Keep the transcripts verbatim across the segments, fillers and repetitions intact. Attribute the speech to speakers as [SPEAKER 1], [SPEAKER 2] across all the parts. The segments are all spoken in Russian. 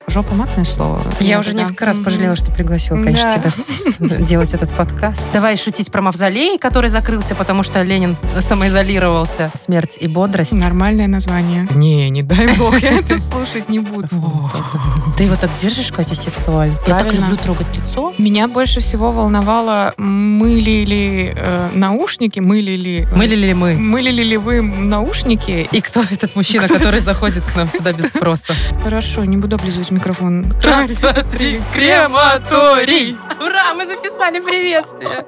[SPEAKER 1] Жопа матное слово.
[SPEAKER 2] Я уже несколько раз пожалела, что пригласила, конечно, тебя делать этот подкаст. Давай шутить про мавзолей, который закрылся, потому что Ленин самоизолировался. Смерть и бодрость.
[SPEAKER 1] Нормальное название. Не, не дай бог, я это слушать не буду.
[SPEAKER 2] Ты его так держишь, Катя, сексуально? Я так люблю трогать лицо.
[SPEAKER 1] Меня больше всего волновало, мыли ли э, наушники, мыли ли...
[SPEAKER 2] Мыли ли мы?
[SPEAKER 1] Мыли ли вы наушники?
[SPEAKER 2] И кто этот мужчина, кто который это? Заходит к нам сюда без спроса?
[SPEAKER 1] Хорошо, не буду облизывать микрофон.
[SPEAKER 2] Раз, два, три, крематорий! Ура, мы записали приветствие!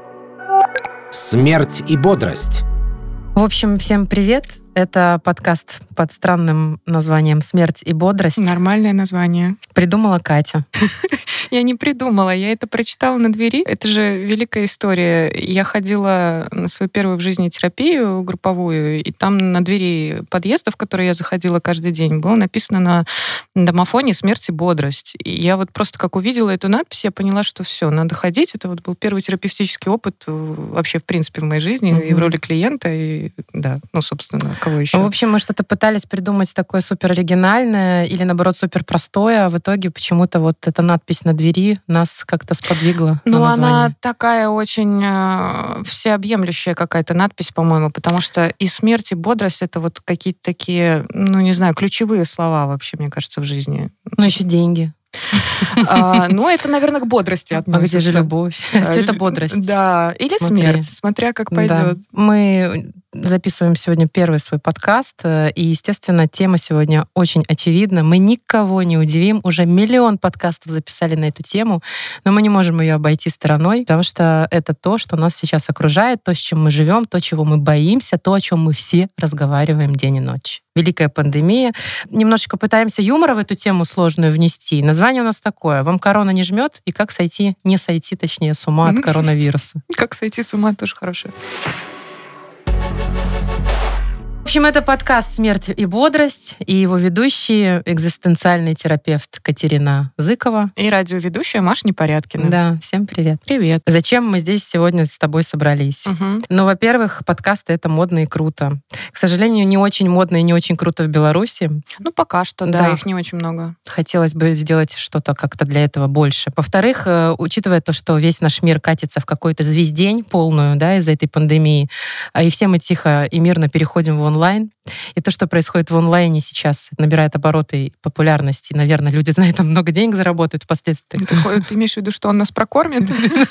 [SPEAKER 3] Смерть и бодрость.
[SPEAKER 2] В общем, всем привет. Это подкаст под странным названием «Смерть и бодрость».
[SPEAKER 1] Нормальное название.
[SPEAKER 2] Придумала Катя.
[SPEAKER 1] Я не придумала, я это прочитала на двери. Это же великая история. Я ходила на свою первую в жизни терапию групповую, и там на двери подъезда, в который я заходила каждый день, было написано на домофоне «Смерть и бодрость». И я вот просто как увидела эту надпись, я поняла, что все, надо ходить. Это вот был первый терапевтический опыт вообще, в принципе, в моей жизни, mm-hmm. и в роли клиента, и да, ну, собственно, кого еще.
[SPEAKER 2] В общем, мы что-то пытались придумать такое супер оригинальное или, наоборот, супер простое, а в итоге почему-то вот эта надпись на двери нас как-то сподвигла.
[SPEAKER 1] Ну, она такая очень э, всеобъемлющая какая-то надпись, по-моему, потому что и смерть, и бодрость — это вот какие-то такие, ну, не знаю, ключевые слова вообще, мне кажется, в жизни.
[SPEAKER 2] Ну, еще деньги.
[SPEAKER 1] А, ну, это, наверное, к бодрости относится.
[SPEAKER 2] А где же любовь? Все это бодрость.
[SPEAKER 1] Да, или смерть, смотря как пойдет.
[SPEAKER 2] Мы записываем сегодня первый свой подкаст, и, естественно, тема сегодня очень очевидна. Мы никого не удивим. Уже миллион подкастов записали на эту тему, но мы не можем ее обойти стороной, потому что это то, что нас сейчас окружает, то, с чем мы живем, то, чего мы боимся, то, о чем мы все разговариваем день и ночь. Великая пандемия. Немножечко пытаемся юмора в эту тему сложную внести. Название у нас такое: «Вам корона не жмет?» и «Как сойти, не сойти, точнее, с ума от коронавируса».
[SPEAKER 1] «Как сойти с ума» тоже хорошее.
[SPEAKER 2] В общем, это подкаст «Смерть и бодрость», и его ведущий, экзистенциальный терапевт Катерина Зыкова.
[SPEAKER 1] И радиоведущая Маша Непорядкина.
[SPEAKER 2] Да, всем привет.
[SPEAKER 1] Привет.
[SPEAKER 2] Зачем мы здесь сегодня с тобой собрались?
[SPEAKER 1] Угу.
[SPEAKER 2] Ну, во-первых, подкасты — это модно и круто. К сожалению, не очень модно и не очень круто в Беларуси.
[SPEAKER 1] Ну, пока что, да, да, их не очень много.
[SPEAKER 2] Хотелось бы сделать что-то как-то для этого больше. Во-вторых, учитывая то, что весь наш мир катится в какой-то звездень полную, да, из-за этой пандемии, и все мы тихо и мирно переходим в онлайн, и то, что происходит в онлайне сейчас, набирает обороты и популярности. Наверное, люди на этом много денег заработают впоследствии.
[SPEAKER 1] Ты, ты имеешь в виду, что он нас прокормит?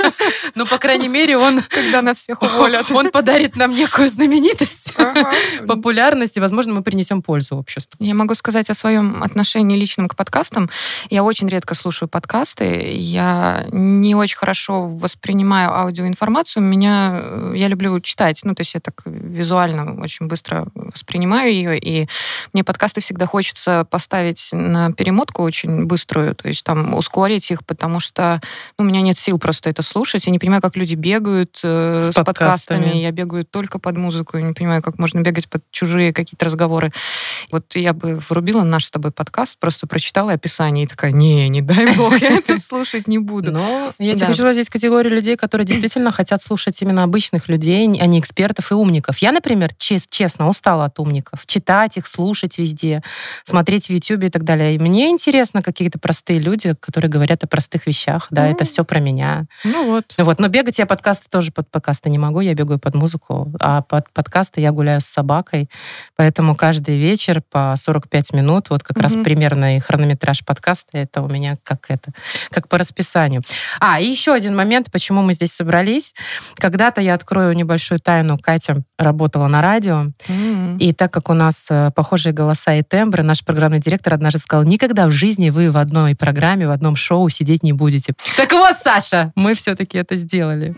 [SPEAKER 2] Ну, по крайней мере, он...
[SPEAKER 1] Когда нас всех уволят.
[SPEAKER 2] Он подарит нам некую знаменитость, популярность, и, возможно, мы принесем пользу обществу.
[SPEAKER 1] Я могу сказать о своем отношении личном к подкастам. Я очень редко слушаю подкасты. Я не очень хорошо воспринимаю аудиоинформацию. Меня... Я люблю читать. Ну, то есть я так визуально очень быстро воспринимаю ее, и мне подкасты всегда хочется поставить на перемотку очень быструю, то есть там ускорить их, потому что ну, у меня нет сил просто это слушать. Я не понимаю, как люди бегают э, с, с подкастами. подкастами. Я бегаю только под музыку, я не понимаю, как можно бегать под чужие какие-то разговоры. Вот я бы врубила наш с тобой подкаст, просто прочитала описание и такая: не, не дай бог, я это слушать не буду.
[SPEAKER 2] Но я тебе хочу здесь категорию людей, которые действительно хотят слушать именно обычных людей, а не экспертов и умников. Я, например, честно, устала от умников. Читать их, слушать везде, смотреть в Ютубе и так далее. И мне интересно какие-то простые люди, которые говорят о простых вещах. Да, mm. это все про меня.
[SPEAKER 1] Ну вот.
[SPEAKER 2] вот. Но бегать я подкасты тоже под подкасты не могу. Я бегаю под музыку. А под подкасты я гуляю с собакой. Поэтому каждый вечер по сорок пять минут, вот как mm-hmm. раз примерно хронометраж подкаста, это у меня как это, как по расписанию. А, и еще один момент, почему мы здесь собрались. Когда-то я открою небольшую тайну. Катя работала на радио.
[SPEAKER 1] Mm.
[SPEAKER 2] И так как у нас похожие голоса и тембры, наш программный директор однажды сказал: никогда в жизни вы в одной программе, в одном шоу сидеть не будете. Так вот, Саша, мы все-таки это сделали.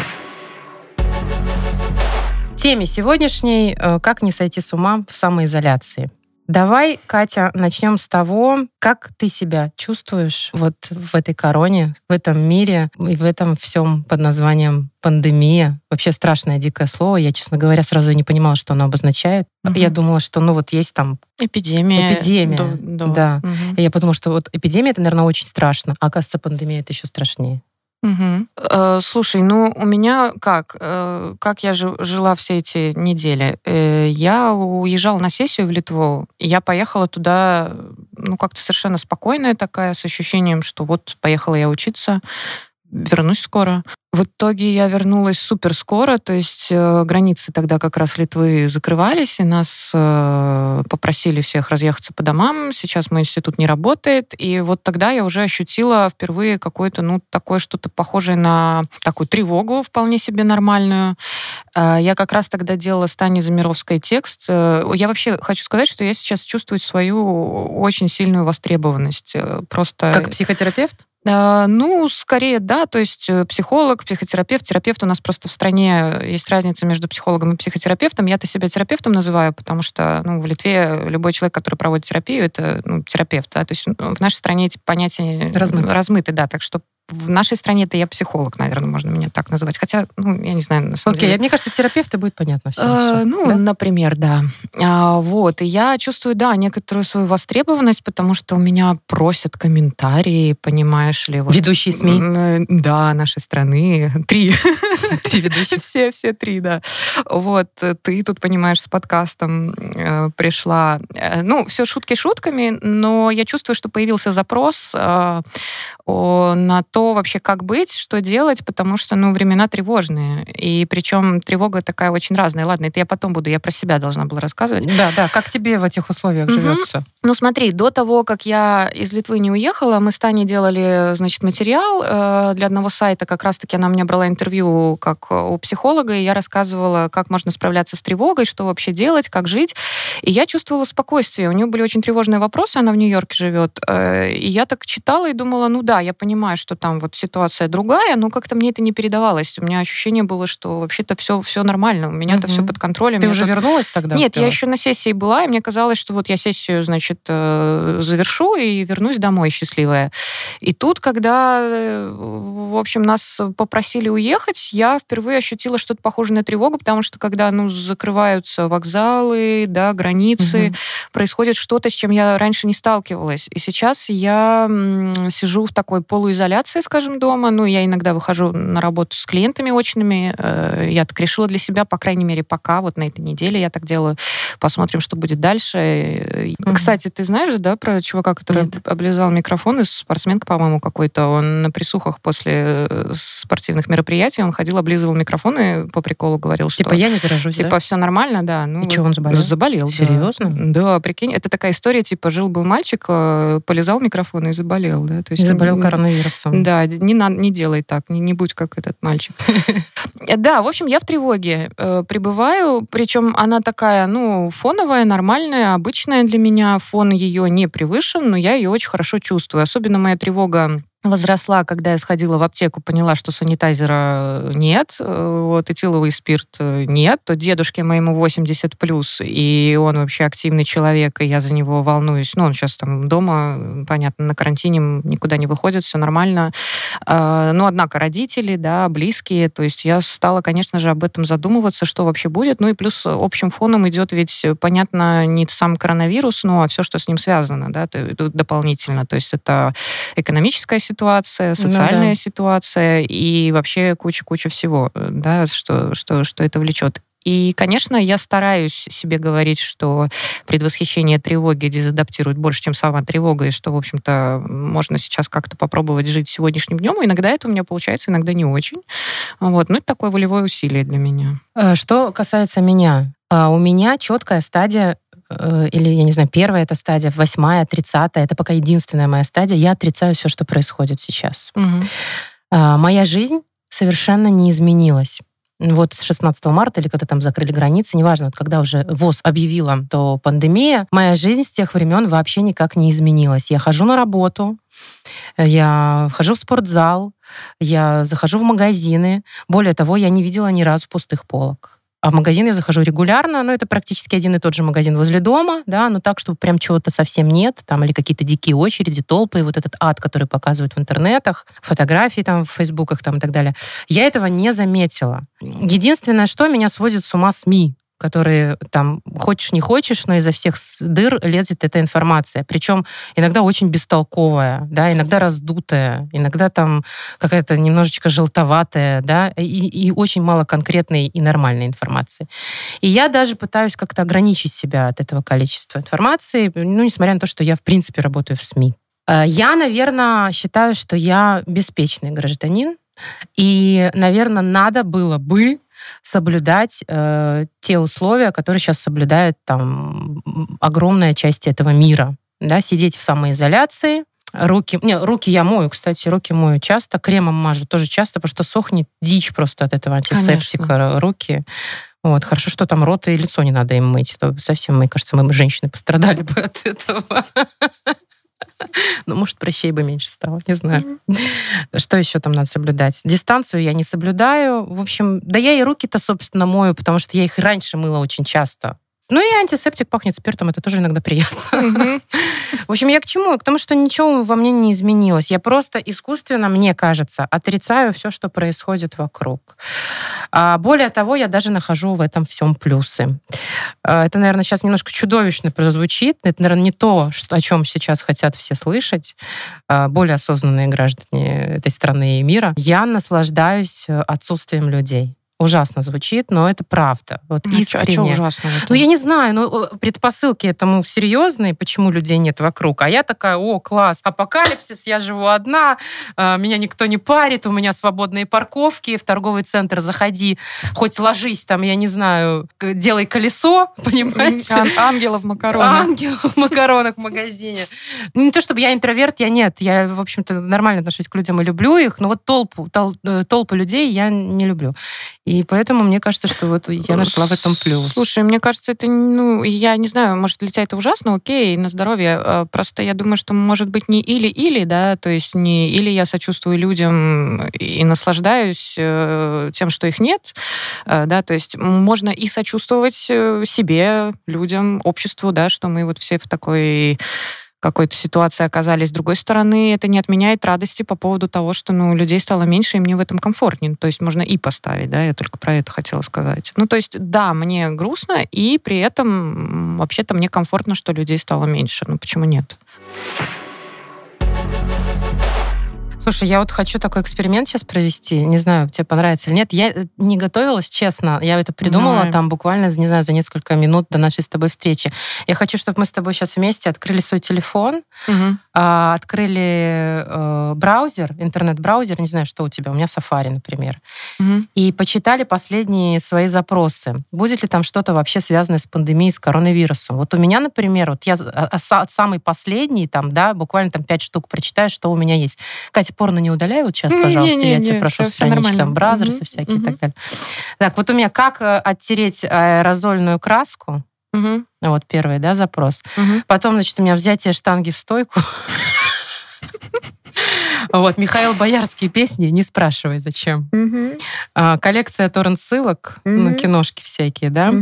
[SPEAKER 2] В теме сегодняшней «Как не сойти с ума в самоизоляции». Давай, Катя, начнем с того, как ты себя чувствуешь вот в этой короне, в этом мире и в этом всем под названием пандемия. Вообще страшное, дикое слово. Я, честно говоря, сразу не понимала, что оно обозначает. Угу. Я думала, что ну вот есть там...
[SPEAKER 1] Эпидемия.
[SPEAKER 2] Эпидемия,
[SPEAKER 1] до, до.
[SPEAKER 2] да.
[SPEAKER 1] Угу.
[SPEAKER 2] И я подумала, что вот эпидемия — это, наверное, очень страшно. А оказывается, пандемия — это еще страшнее.
[SPEAKER 1] Угу. Э, слушай, ну у меня как? Э, как я жила все эти недели? Э, я уезжала на сессию в Литву, и я поехала туда, ну как-то совершенно спокойная такая, с ощущением, что вот поехала я учиться, вернусь скоро. В итоге я вернулась супер скоро, то есть э, границы тогда как раз Литвы закрывались, и нас э, попросили всех разъехаться по домам. Сейчас мой институт не работает, и вот тогда я уже ощутила впервые какое-то, ну, такое что-то похожее на такую тревогу вполне себе нормальную. Э, я как раз тогда делала с Таней Замировской текст. Э, я вообще хочу сказать, что я сейчас чувствую свою очень сильную востребованность. Э, просто...
[SPEAKER 2] Как психотерапевт?
[SPEAKER 1] Uh, ну, скорее, да, то есть психолог, психотерапевт, терапевт. У нас просто в стране есть разница между психологом и психотерапевтом. Я-то себя терапевтом называю, потому что ну, в Литве любой человек, который проводит терапию, это ну, терапевт. Да? То есть в нашей стране эти понятия
[SPEAKER 2] размыты.
[SPEAKER 1] размыты, да, так что в нашей стране это я психолог, наверное, можно меня так называть. Хотя, ну, я не знаю, на самом
[SPEAKER 2] Окей,
[SPEAKER 1] деле.
[SPEAKER 2] мне кажется, терапевты будет понятно всем.
[SPEAKER 1] Uh, ну,
[SPEAKER 2] да?
[SPEAKER 1] например, да. А, вот, и я чувствую, да, некоторую свою востребованность, потому что у меня просят комментарии, понимаешь ли. Вот,
[SPEAKER 2] ведущие СМИ?
[SPEAKER 1] Да, нашей страны. Три.
[SPEAKER 2] Три ведущих.
[SPEAKER 1] Все, все три, да. Вот, ты тут, понимаешь, с подкастом э, пришла. Ну, все шутки шутками, но я чувствую, что появился запрос э, о, на то, вообще, как быть, что делать, потому что, ну, времена тревожные. И причем тревога такая очень разная. Ладно, это я потом буду, я про себя должна была рассказывать.
[SPEAKER 2] Да, да, как тебе в этих условиях угу. живется?
[SPEAKER 1] Ну, смотри, до того, как я из Литвы не уехала, мы с Таней делали, значит, материал э, для одного сайта. Как раз-таки она у меня брала интервью как у психолога, и я рассказывала, как можно справляться с тревогой, что вообще делать, как жить. И я чувствовала спокойствие. У нее были очень тревожные вопросы, она в Нью-Йорке живет. Э, и я так читала и думала, ну да, я понимаю, что там вот ситуация другая, но как-то мне это не передавалось. У меня ощущение было, что вообще-то все, все нормально, у меня-то угу. все под контролем.
[SPEAKER 2] Ты
[SPEAKER 1] я
[SPEAKER 2] уже
[SPEAKER 1] тут...
[SPEAKER 2] вернулась тогда?
[SPEAKER 1] Нет, я еще на сессии была, и мне казалось, что вот я сессию, значит, завершу и вернусь домой счастливая. И тут, когда, в общем, нас попросили уехать, я впервые ощутила что-то похожее на тревогу, потому что когда, ну, закрываются вокзалы, да, границы, угу. происходит что-то, с чем я раньше не сталкивалась. И сейчас я сижу в такой полуизоляции, скажем, дома. Ну, я иногда выхожу на работу с клиентами очными. Я так решила для себя, по крайней мере, пока, вот на этой неделе я так делаю. Посмотрим, что будет дальше. Угу. Кстати, ты знаешь, да, про чувака, который Нет. облизал микрофон, из спортсменка, по-моему, какой-то. Он на присухах после спортивных мероприятий, он ходил, облизывал микрофон и по приколу говорил, что...
[SPEAKER 2] Типа я не заражусь,
[SPEAKER 1] Типа
[SPEAKER 2] да?
[SPEAKER 1] все нормально, да. Ну,
[SPEAKER 2] и что, он заболел?
[SPEAKER 1] Заболел,
[SPEAKER 2] Серьезно?
[SPEAKER 1] Да. Да, прикинь. Это такая история, типа жил-был мальчик, полизал микрофон и заболел, да. То есть,
[SPEAKER 2] и заболел коронавирусом.
[SPEAKER 1] Да, не, надо, не делай так, не, не будь как этот мальчик. Да, в общем, я в тревоге пребываю, причем она такая, ну, фоновая, нормальная, обычная для меня. Фон ее не превышен, но я ее очень хорошо чувствую. Особенно моя тревога возросла, когда я сходила в аптеку, поняла, что санитайзера нет, вот, этиловый спирт нет, то дедушке моему восемьдесят плюс, и он вообще активный человек, и я за него волнуюсь. Ну, он сейчас там дома, понятно, на карантине, никуда не выходит, все нормально. Но, однако, родители, да, близкие, то есть я стала, конечно же, об этом задумываться, что вообще будет. Ну и плюс общим фоном идет ведь, понятно, не сам коронавирус, но а все, что с ним связано, да, дополнительно. То есть это экономическая ситуация, ситуация, социальная ну, да. ситуация и вообще куча-куча всего, да, что, что, что это влечет. И, конечно, я стараюсь себе говорить, что предвосхищение тревоги дезадаптирует больше, чем сама тревога, и что, в общем-то, можно сейчас как-то попробовать жить сегодняшним днем. Иногда это у меня получается, иногда не очень. Вот. Но это такое волевое усилие для меня.
[SPEAKER 2] Что касается меня. У меня четкая стадия, или, я не знаю, первая это стадия, восьмая, тридцатая, это пока единственная моя стадия. Я отрицаю все, что происходит сейчас.
[SPEAKER 1] Угу.
[SPEAKER 2] Моя жизнь совершенно не изменилась. Вот с шестнадцатого марта, или когда там закрыли границы, неважно, вот когда уже ВОЗ объявила, то пандемия, моя жизнь с тех времен вообще никак не изменилась. Я хожу на работу, я хожу в спортзал, я захожу в магазины. Более того, я не видела ни разу пустых полок. А в магазин я захожу регулярно, но это практически один и тот же магазин возле дома, да, но так, чтобы прям чего-то совсем нет, там, или какие-то дикие очереди, толпы, и вот этот ад, который показывают в интернетах, фотографии там в фейсбуках там и так далее. Я этого не заметила. Единственное, что меня сводит с ума СМИ, которые там хочешь не хочешь, но изо всех дыр лезет эта информация. Причем иногда очень бестолковая, да, иногда раздутая, иногда там какая-то немножечко желтоватая, да, и, и очень мало конкретной и нормальной информации. И я даже пытаюсь как-то ограничить себя от этого количества информации, ну, несмотря на то, что я, в принципе, работаю в СМИ. Я, наверное, считаю, что я беспечный гражданин, и, наверное, надо было бы соблюдать э, те условия, которые сейчас соблюдает там огромная часть этого мира. Да, сидеть в самоизоляции. Руки, не, руки я мою, кстати, руки мою часто, кремом мажу тоже часто, потому что сохнет дичь просто от этого антисептика. Конечно. Руки. Вот, хорошо, что там рот и лицо не надо им мыть. Это совсем, мне кажется, мы, женщины, пострадали бы от этого. Ну, может, прыщей бы меньше стало, не знаю. Mm-hmm. Что еще там надо соблюдать? Дистанцию я не соблюдаю. В общем, да я и руки-то, собственно, мою, потому что я их раньше мыла очень часто. Ну и антисептик пахнет спиртом, это тоже иногда приятно. Mm-hmm. В общем, я к чему? К тому, что ничего во мне не изменилось. Я просто искусственно, мне кажется, отрицаю все, что происходит вокруг. А более того, я даже нахожу в этом всем плюсы. Это, наверное, сейчас немножко чудовищно прозвучит. Это, наверное, не то, что, о чем сейчас хотят все слышать, более осознанные граждане этой страны и мира. Я наслаждаюсь отсутствием людей. Ужасно звучит, но это правда. Вот
[SPEAKER 1] а
[SPEAKER 2] искренне.
[SPEAKER 1] А что ужасно?
[SPEAKER 2] Ну, я не знаю, ну, предпосылки этому серьезные, почему людей нет вокруг. А я такая, о, класс, апокалипсис, я живу одна, меня никто не парит, у меня свободные парковки, в торговый центр заходи, хоть ложись там, я не знаю, делай колесо, понимаешь?
[SPEAKER 1] Ан- ангела в макаронах.
[SPEAKER 2] Ангел в макаронах в магазине. Не то, чтобы я интроверт, я нет. Я, в общем-то, нормально отношусь к людям и люблю их, но вот толпу, тол- толпу людей я не люблю. И поэтому мне кажется, что вот я нашла в этом плюс.
[SPEAKER 1] Слушай, мне кажется, это, ну, я не знаю, может, для тебя это ужасно, окей, на здоровье. Просто я думаю, что может быть не или-или, да, то есть не или я сочувствую людям и наслаждаюсь тем, что их нет, да, то есть можно и сочувствовать себе, людям, обществу, да, что мы вот все в такой какой-то ситуации оказались. С другой стороны, это не отменяет радости по поводу того, что, ну, людей стало меньше, и мне в этом комфортнее. То есть можно и поставить, да, я только про это хотела сказать. Ну, то есть, да, мне грустно, и при этом вообще-то мне комфортно, что людей стало меньше. Ну, почему нет?
[SPEAKER 2] Слушай, я вот хочу такой эксперимент сейчас провести. Не знаю, тебе понравится или нет. Я не готовилась, честно. Я это придумала mm. там буквально, не знаю, за несколько минут до нашей с тобой встречи. Я хочу, чтобы мы с тобой сейчас вместе открыли свой телефон, mm-hmm. а, открыли э, браузер, интернет-браузер, не знаю, что у тебя, у меня Safari, например, mm-hmm. и почитали последние свои запросы. Будет ли там что-то вообще связанное с пандемией, с коронавирусом? Вот у меня, например, вот я от самый последний, там, да, буквально там пять штук прочитаю, что у меня есть. Катя, порно не удаляй вот сейчас, пожалуйста,
[SPEAKER 1] не, не,
[SPEAKER 2] я
[SPEAKER 1] не,
[SPEAKER 2] тебя прошу,
[SPEAKER 1] все,
[SPEAKER 2] странички,
[SPEAKER 1] все
[SPEAKER 2] там, бразерсы
[SPEAKER 1] угу,
[SPEAKER 2] всякие
[SPEAKER 1] угу.
[SPEAKER 2] и так далее. Так, вот у меня как оттереть аэрозольную краску.
[SPEAKER 1] Угу.
[SPEAKER 2] Вот первый, да, запрос.
[SPEAKER 1] Угу.
[SPEAKER 2] Потом, значит, у меня взятие штанги в стойку. Вот, Михаил Боярский песни, не спрашивай, зачем. Коллекция торрент-ссылок, ну, киношки всякие, да.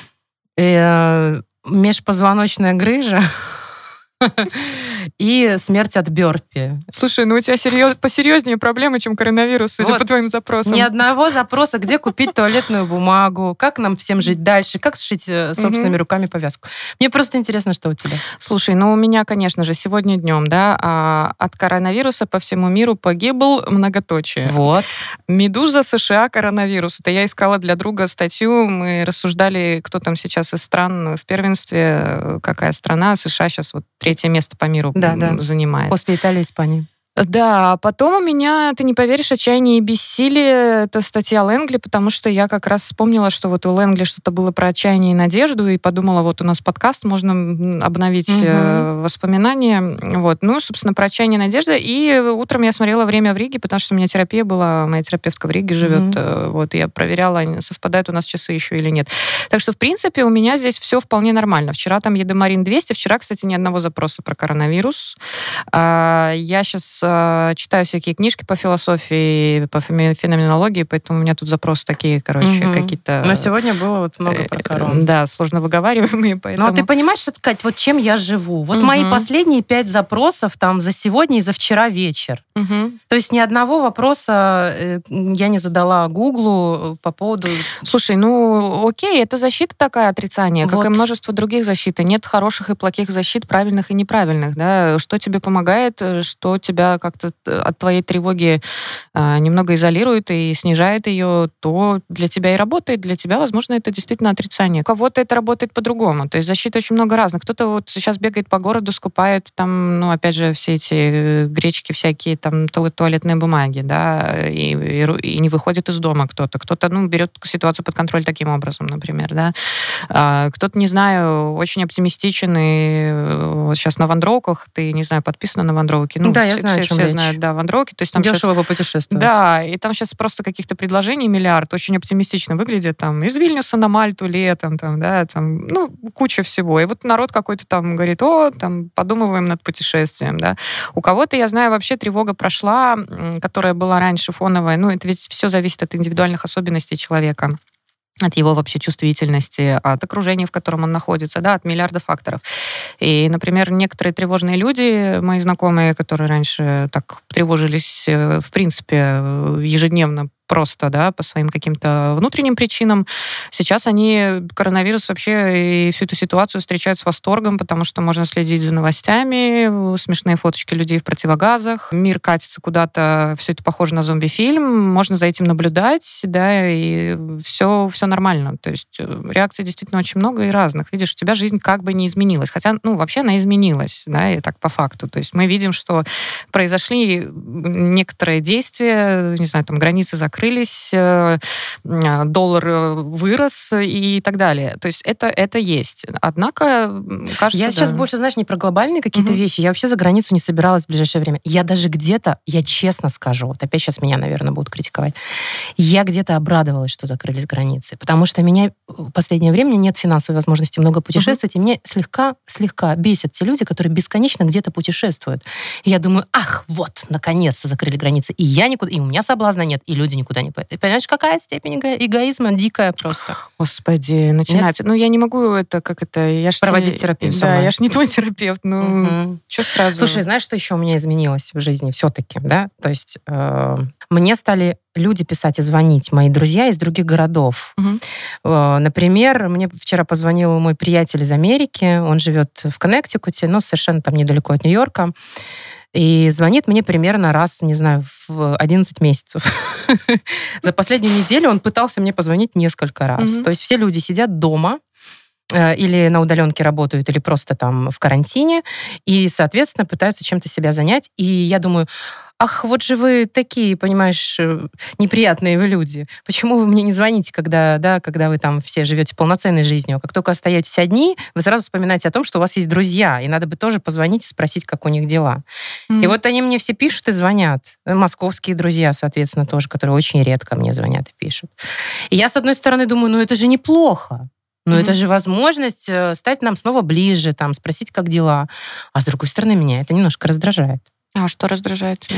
[SPEAKER 2] Межпозвоночная грыжа. И смерть от бёрпи.
[SPEAKER 1] Слушай, ну у тебя серьез... посерьезнее проблемы, чем коронавирус, судя вот. По твоим запросам.
[SPEAKER 2] Ни одного запроса, где купить туалетную бумагу, как нам всем жить дальше, как сшить собственными руками повязку. Мне просто интересно, что у тебя.
[SPEAKER 1] Слушай, ну у меня, конечно же, сегодня днем, да, от коронавируса по всему миру погибл многоточие.
[SPEAKER 2] Вот.
[SPEAKER 1] Медуза США коронавирус. Это я искала для друга статью, мы рассуждали, кто там сейчас из стран в первенстве, какая страна. США сейчас вот третье место по миру
[SPEAKER 2] да, да.
[SPEAKER 1] занимает.
[SPEAKER 2] После Италии и Испании.
[SPEAKER 1] Да, потом у меня, ты не поверишь, «Отчаяние и бессилие» — это статья Лэнгли, потому что я как раз вспомнила, что вот у Лэнгли что-то было про отчаяние и надежду, и подумала, вот у нас подкаст, можно обновить угу. воспоминания. Вот. Ну, собственно, про отчаяние и надежду. И утром я смотрела «Время в Риге», потому что у меня терапия была, моя терапевтка в Риге живет. Угу. Вот, я проверяла, совпадают у нас часы еще или нет. Так что, в принципе, у меня здесь все вполне нормально. Вчера там Едемарин двести, вчера, кстати, ни одного запроса про коронавирус. Я сейчас читаю всякие книжки по философии, по феноменологии, поэтому у меня тут запросы такие, короче, угу. какие-то...
[SPEAKER 2] Но сегодня было вот много про корону.
[SPEAKER 1] Да, сложно выговариваемые, поэтому...
[SPEAKER 2] Ну, ты понимаешь, Кать, вот чем я живу? Вот угу. мои последние пять запросов там за сегодня и за вчера вечер.
[SPEAKER 1] Угу.
[SPEAKER 2] То есть ни одного вопроса я не задала Гуглу по поводу...
[SPEAKER 1] Слушай, ну, окей, это защита такая, отрицание, вот. Как и множество других защит. Нет хороших и плохих защит, правильных и неправильных, да. Что тебе помогает, что тебя как-то от твоей тревоги а, немного изолирует и снижает ее, то для тебя и работает. Для тебя, возможно, это действительно отрицание. У кого-то это работает по-другому. То есть защита очень много разных. Кто-то вот сейчас бегает по городу, скупает там, ну, опять же, все эти гречки всякие, там, туалетные бумаги, да, и, и, и не выходит из дома кто-то. Кто-то, ну, берет ситуацию под контроль таким образом, например, да. А, кто-то, не знаю, очень оптимистичен, и вот сейчас на вандроуках, ты, не знаю, подписана на вандроуки? Ну,
[SPEAKER 2] да,
[SPEAKER 1] все,
[SPEAKER 2] я знаю,
[SPEAKER 1] все, все знают, да, вандроуки. То есть там
[SPEAKER 2] дешево
[SPEAKER 1] сейчас...
[SPEAKER 2] попутешествовать.
[SPEAKER 1] Да, и там сейчас просто каких-то предложений миллиард, очень оптимистично выглядит, там, из Вильнюса на Мальту летом, там, да, там, ну, куча всего. И вот народ какой-то там говорит, о, там, подумываем над путешествием, да. У кого-то, я знаю, вообще тревога прошла, которая была раньше фоновая, ну, это ведь все зависит от индивидуальных особенностей человека, от его вообще чувствительности, от окружения, в котором он находится, да, от миллиарда факторов. И, например, некоторые тревожные люди, мои знакомые, которые раньше так тревожились, в принципе, ежедневно, просто, да, по своим каким-то внутренним причинам. Сейчас они коронавирус вообще и всю эту ситуацию встречают с восторгом, потому что можно следить за новостями, смешные фоточки людей в противогазах, мир катится куда-то, все это похоже на зомби-фильм, можно за этим наблюдать, да, и все, все нормально. То есть реакций действительно очень много и разных. Видишь, у тебя жизнь как бы не изменилась. Хотя, ну, вообще она изменилась, да, и так по факту. То есть мы видим, что произошли некоторые действия, не знаю, там, границы закрылись, открылись, доллар вырос и так далее. То есть это, это есть. Однако, кажется...
[SPEAKER 2] Я
[SPEAKER 1] да.
[SPEAKER 2] сейчас больше, знаешь, не про глобальные какие-то угу. вещи. Я вообще за границу не собиралась в ближайшее время. Я даже где-то, я честно скажу, вот опять сейчас меня, наверное, будут критиковать, я где-то обрадовалась, что закрылись границы. Потому что меня в последнее время нет финансовой возможности много путешествовать, угу. и мне слегка, слегка бесят те люди, которые бесконечно где-то путешествуют. И я думаю, ах, вот, наконец-то закрыли границы. И я никуда, и у меня соблазна нет, и люди никуда не поедут. Ты понимаешь, какая степень эго- эгоизма дикая просто.
[SPEAKER 1] Господи, начинать. Нет? Ну, я не могу это, как это... Я ж
[SPEAKER 2] Проводить терапию
[SPEAKER 1] Да,
[SPEAKER 2] сама.
[SPEAKER 1] я ж не твой терапевт. Ну, угу. что сразу?
[SPEAKER 2] Слушай, знаешь, что еще у меня изменилось в жизни все-таки, да? То есть э, мне стали люди писать и звонить, мои друзья из других городов.
[SPEAKER 1] Угу.
[SPEAKER 2] Э, например, мне вчера позвонил мой приятель из Америки, он живет в Коннектикуте, но совершенно там недалеко от Нью-Йорка. И звонит мне примерно раз, не знаю, в одиннадцать месяцев. За последнюю неделю он пытался мне позвонить несколько раз.
[SPEAKER 1] Mm-hmm.
[SPEAKER 2] То есть все люди сидят дома, или на удаленке работают, или просто там в карантине, и, соответственно, пытаются чем-то себя занять. И я думаю, ах, вот же вы такие, понимаешь, неприятные вы люди. Почему вы мне не звоните, когда, да, когда вы там все живете полноценной жизнью? Как только остаетесь одни, вы сразу вспоминаете о том, что у вас есть друзья, и надо бы тоже позвонить и спросить, как у них дела. Mm. И вот они мне все пишут и звонят. Московские друзья, соответственно, тоже, которые очень редко мне звонят и пишут. И я, с одной стороны, думаю, ну это же неплохо. Но mm-hmm. это же возможность стать нам снова ближе, там, спросить, как дела. А с другой стороны, меня это немножко раздражает.
[SPEAKER 1] А что раздражает тебя?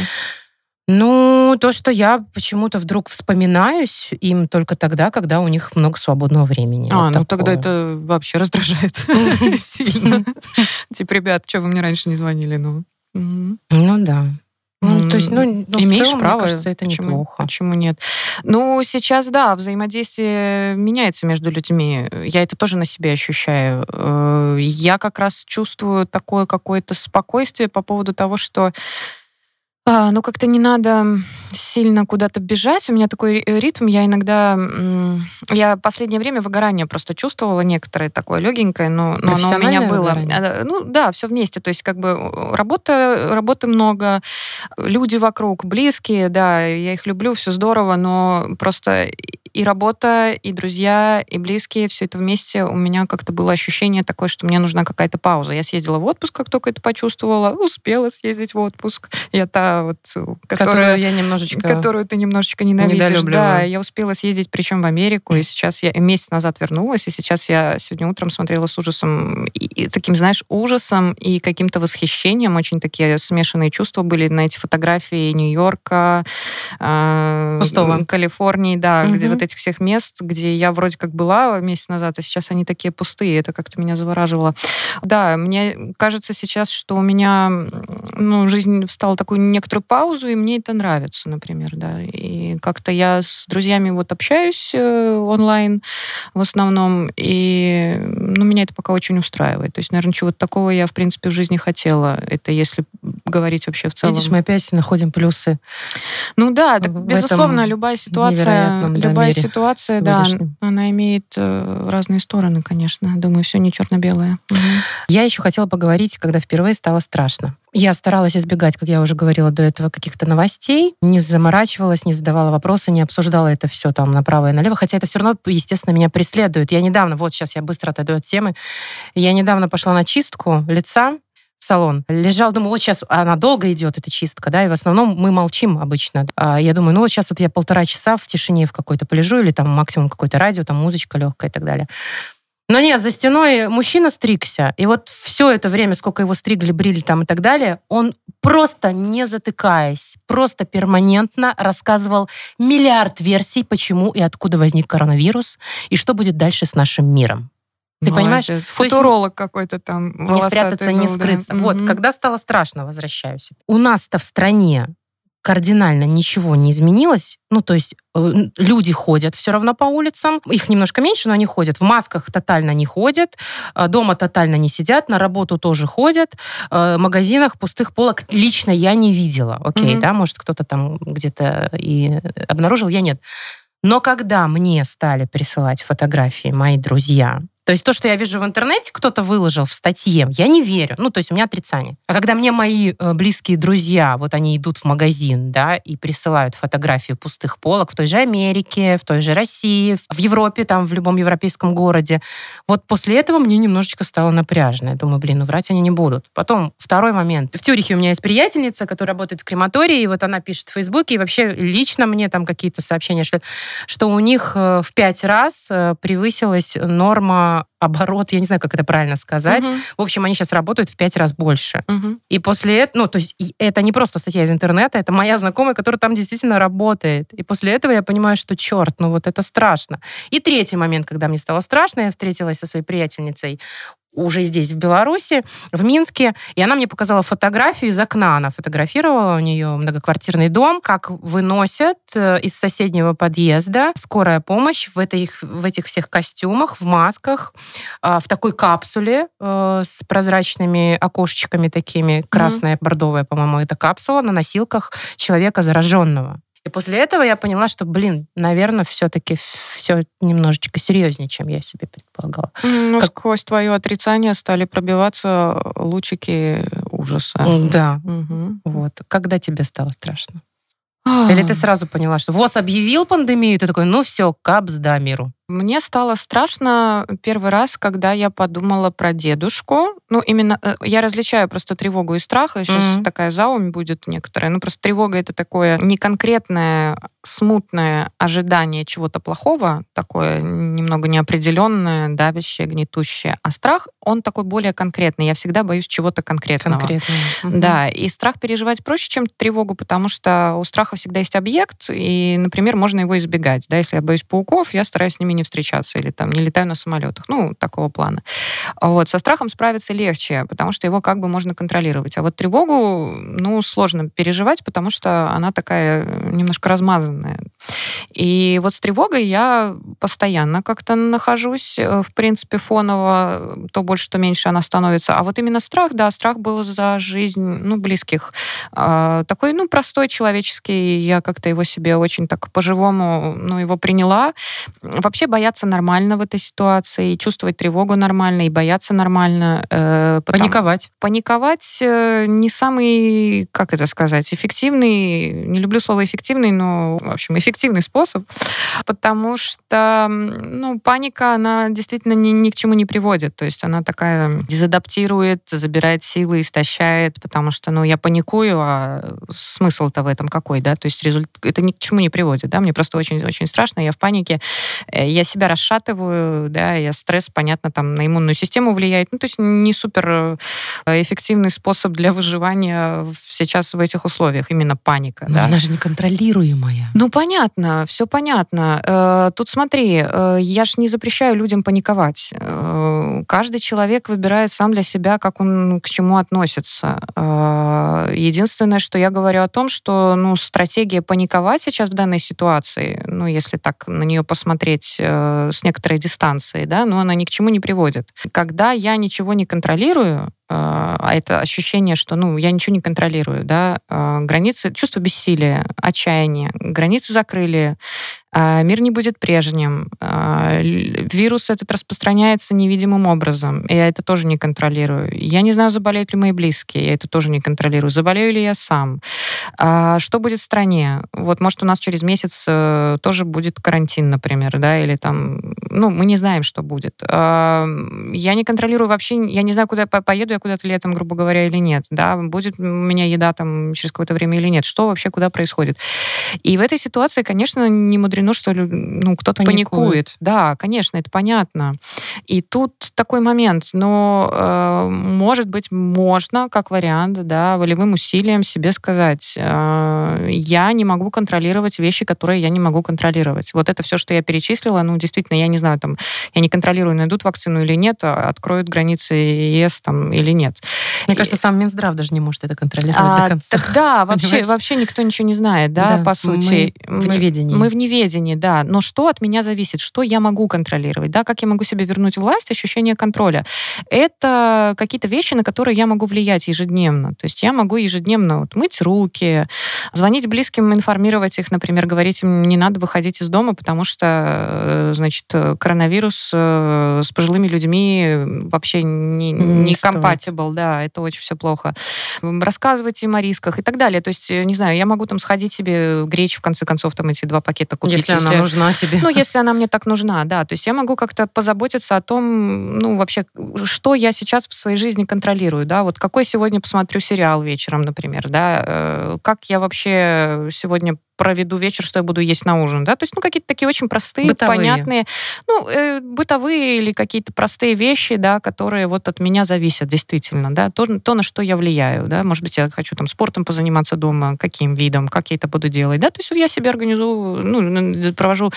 [SPEAKER 2] Ну, то, что я почему-то вдруг вспоминаюсь им только тогда, когда у них много свободного времени.
[SPEAKER 1] А, ну тогда это вообще раздражает сильно. Типа, ребят, что вы мне раньше не звонили? Ну
[SPEAKER 2] да. Ну, то есть, ну,
[SPEAKER 1] имеешь
[SPEAKER 2] в целом,
[SPEAKER 1] право,
[SPEAKER 2] мне кажется, это
[SPEAKER 1] почему,
[SPEAKER 2] неплохо.
[SPEAKER 1] Почему нет? Ну, сейчас, да, взаимодействие меняется между людьми. Я это тоже на себе ощущаю. Я как раз чувствую такое какое-то спокойствие по поводу того, что А, ну, как-то не надо сильно куда-то бежать. У меня такой ритм. Я иногда... Я в последнее время выгорание просто чувствовала некоторое такое легенькое, но, но оно у меня было.
[SPEAKER 2] Выгорание?
[SPEAKER 1] Ну, да, все вместе. То есть, как бы, работа, работы много, люди вокруг близкие, да, я их люблю, все здорово, но просто и работа, и друзья, и близкие, все это вместе. У меня как-то было ощущение такое, что мне нужна какая-то пауза. Я съездила в отпуск, как только это почувствовала, успела съездить в отпуск. Я та вот, которая,
[SPEAKER 2] которую я немножечко...
[SPEAKER 1] Которую ты немножечко ненавидишь. Да, я успела съездить, причем в Америку, и сейчас я месяц назад вернулась, и сейчас я сегодня утром смотрела с ужасом, и, и таким, знаешь, ужасом и каким-то восхищением. Очень такие смешанные чувства были на эти фотографии Нью-Йорка, э, Калифорнии, да, угу. где вот этих всех мест, где я вроде как была месяц назад, а сейчас они такие пустые. Это как-то меня завораживало. Да, мне кажется сейчас, что у меня ну, жизнь встала в такую некоторую паузу, и мне это нравится, например, да. И как-то я с друзьями вот общаюсь э, онлайн в основном, и ну, меня это пока очень устраивает. То есть, наверное, чего-то такого я, в принципе, в жизни хотела. Это если говорить вообще в целом.
[SPEAKER 2] Видишь, мы опять находим плюсы.
[SPEAKER 1] Ну да, так, безусловно, любая ситуация, любая ситуация, да, она имеет э, разные стороны, конечно. Думаю, все не черно-белое. Угу.
[SPEAKER 2] Я еще хотела поговорить, когда впервые стало страшно. Я старалась избегать, как я уже говорила до этого, каких-то новостей, не заморачивалась, не задавала вопросы, не обсуждала это все там направо и налево, хотя это все равно, естественно, меня преследует. Я недавно, вот сейчас я быстро отойду от темы, я недавно пошла на чистку лица, в салон. Лежал, думаю, вот сейчас она долго идет, эта чистка, да, и в основном мы молчим обычно. А я думаю, ну вот сейчас вот я полтора часа в тишине в какой-то полежу, или там максимум какое-то радио, там музычка легкая и так далее. Но нет, за стеной мужчина стригся, и вот все это время, сколько его стригли, брили там и так далее, он просто не затыкаясь, просто перманентно рассказывал миллиард версий, почему и откуда возник коронавирус, и что будет дальше с нашим миром. Ты
[SPEAKER 1] Молодец.
[SPEAKER 2] понимаешь?
[SPEAKER 1] Футуролог какой-то там волосатый.
[SPEAKER 2] Не спрятаться,
[SPEAKER 1] был,
[SPEAKER 2] не
[SPEAKER 1] да.
[SPEAKER 2] скрыться.
[SPEAKER 1] Mm-hmm.
[SPEAKER 2] Вот, когда стало страшно, возвращаюсь. У нас-то в стране кардинально ничего не изменилось. Ну, то есть э, люди ходят все равно по улицам. Их немножко меньше, но они ходят. В масках тотально не ходят. Э, дома тотально не сидят. На работу тоже ходят. Э, в магазинах пустых полок лично я не видела. Окей, mm-hmm. да, может, кто-то там где-то и обнаружил, я нет. Но когда мне стали присылать фотографии мои друзья, то есть то, что я вижу в интернете, кто-то выложил в статье, я не верю. Ну, то есть у меня отрицание. А когда мне мои э, близкие друзья, вот они идут в магазин, да, и присылают фотографии пустых полок в той же Америке, в той же России, в Европе, там, в любом европейском городе, вот после этого мне немножечко стало напряжно. Я думаю, блин, ну врать они не будут. Потом второй момент. В Цюрихе у меня есть приятельница, которая работает в крематории, и вот она пишет в Фейсбуке, и вообще лично мне там какие-то сообщения, что, что у них в пять раз превысилась норма оборот, я не знаю, как это правильно сказать. Uh-huh. В общем, они сейчас работают в пять раз больше. Uh-huh. И после этого, ну, то есть это не просто статья из интернета, это моя знакомая, которая там действительно работает. И после этого я понимаю, что черт, ну вот это страшно. И третий момент, когда мне стало страшно, я встретилась со своей приятельницей уже здесь, в Беларуси, в Минске, и она мне показала фотографию из окна. Она фотографировала, у нее многоквартирный дом, как выносят из соседнего подъезда скорая помощь в, этой, в этих всех костюмах, в масках, в такой капсуле с прозрачными окошечками такими, красная, бордовая, по-моему, это капсула на носилках человека зараженного. И после этого я поняла, что, блин, наверное, все-таки все немножечко серьезнее, чем я себе предполагала.
[SPEAKER 1] Ну,
[SPEAKER 2] как...
[SPEAKER 1] сквозь твое отрицание стали пробиваться лучики ужаса.
[SPEAKER 2] Да.
[SPEAKER 1] Угу.
[SPEAKER 2] Вот. Когда тебе стало страшно? Или ты сразу поняла, что ВОЗ объявил пандемию, и ты такой, ну все, капс, да, миру.
[SPEAKER 1] Мне стало страшно первый раз, когда я подумала про дедушку. Ну, именно я различаю просто тревогу и страх. Сейчас mm-hmm. такая заумь будет некоторая. Ну, просто тревога — это такое неконкретное, смутное ожидание чего-то плохого, такое немного неопределенное, давящее, гнетущее. А страх, он такой более конкретный. Я всегда боюсь чего-то конкретного.
[SPEAKER 2] Конкретного. Mm-hmm.
[SPEAKER 1] Да, и страх переживать проще, чем тревогу, потому что у страха всегда есть объект, и, например, можно его избегать. Да, если я боюсь пауков, я стараюсь с ними не встречаться или там не летаю на самолетах. Ну, такого плана. Вот. Со страхом справиться легче, потому что его как бы можно контролировать. А вот тревогу, ну, сложно переживать, потому что она такая немножко размазанная. И вот с тревогой я постоянно как-то нахожусь, в принципе, фоново, то больше, то меньше она становится. А вот именно страх, да, страх был за жизнь, ну, близких. Такой, ну, простой, человеческий. Я как-то его себе очень так по-живому, ну, его приняла. Вообще бояться нормально в этой ситуации, и чувствовать тревогу нормально, и бояться нормально. Э, потому...
[SPEAKER 2] Паниковать.
[SPEAKER 1] Паниковать э, не самый, как это сказать, эффективный, не люблю слово эффективный, но, в общем, эффективный способ, потому что, ну, паника, она действительно ни, ни к чему не приводит. То есть она такая дезадаптирует, забирает силы, истощает, потому что, ну, я паникую, а смысл-то в этом какой, да? То есть результ... это ни к чему не приводит, да? Мне просто очень-очень страшно, я в панике, я себя расшатываю, да, я стресс, понятно, там на иммунную систему влияет. Ну, то есть не супер эффективный способ для выживания сейчас в этих условиях, именно паника.
[SPEAKER 2] Но
[SPEAKER 1] да?
[SPEAKER 2] Она же неконтролируемая.
[SPEAKER 1] Ну, понятно, все понятно. Тут смотри, я ж не запрещаю людям паниковать. Каждый человек выбирает сам для себя, как он к чему относится. Единственное, что я говорю о том, что, ну, стратегия паниковать сейчас в данной ситуации, ну, если так на нее посмотреть с некоторой дистанции, да, но она ни к чему не приводит. Когда я ничего не контролирую, а это ощущение, что, ну, я ничего не контролирую, да, границы, чувство бессилия, отчаяния, границы закрыли, мир не будет прежним, вирус этот распространяется невидимым образом, и я это тоже не контролирую. Я не знаю, заболеют ли мои близкие, я это тоже не контролирую. Заболею ли я сам? Что будет в стране? Вот, может, у нас через месяц тоже будет карантин, например, да, или там, ну, мы не знаем, что будет. Я не контролирую вообще, я не знаю, куда я поеду, я куда-то летом, грубо говоря, или нет, да, будет у меня еда там через какое-то время или нет, что вообще куда происходит. И в этой ситуации, конечно, не мудрено, что, ну, кто-то паникует. паникует. Да, конечно, это понятно. И тут такой момент, но, э, может быть, можно, как вариант, да, волевым усилием себе сказать, э, я не могу контролировать вещи, которые я не могу контролировать. Вот это все, что я перечислила, ну, действительно, я не знаю, там, я не контролирую, найдут вакцину или нет, откроют границы ЕС там или нет.
[SPEAKER 2] Мне и... кажется, сам Минздрав даже не может это контролировать а, до конца.
[SPEAKER 1] Так, да, вообще, вообще никто ничего не знает, да, да, по сути.
[SPEAKER 2] Мы в неведении.
[SPEAKER 1] Мы в неведении, да. Но что от меня зависит? Что я могу контролировать? Да, как я могу себе вернуть власть, ощущение контроля? Это какие-то вещи, на которые я могу влиять ежедневно. То есть я могу ежедневно вот, мыть руки, звонить близким, информировать их, например, говорить им, не надо выходить из дома, потому что, значит, коронавирус с пожилыми людьми вообще не, не, не compatible, да, это очень все плохо. Рассказывать им о рисках и так далее. То есть, не знаю, я могу там сходить себе гречь, в конце концов, там эти два пакета купить.
[SPEAKER 2] Если, если она нужна тебе.
[SPEAKER 1] Ну, если она мне так нужна, да. То есть я могу как-то позаботиться о том, ну, вообще, что я сейчас в своей жизни контролирую, да, вот какой сегодня посмотрю сериал вечером, например, да, как я вообще сегодня проведу вечер, что я буду есть на ужин, да, то есть, ну, какие-то такие очень простые,
[SPEAKER 2] бытовые.
[SPEAKER 1] понятные, ну, э, бытовые или какие-то простые вещи, да, которые вот от меня зависят действительно, да, то, то, на что я влияю, да, может быть, я хочу там спортом позаниматься дома, каким видом, как я это буду делать, да, то есть вот я себе организую, ну, провожу,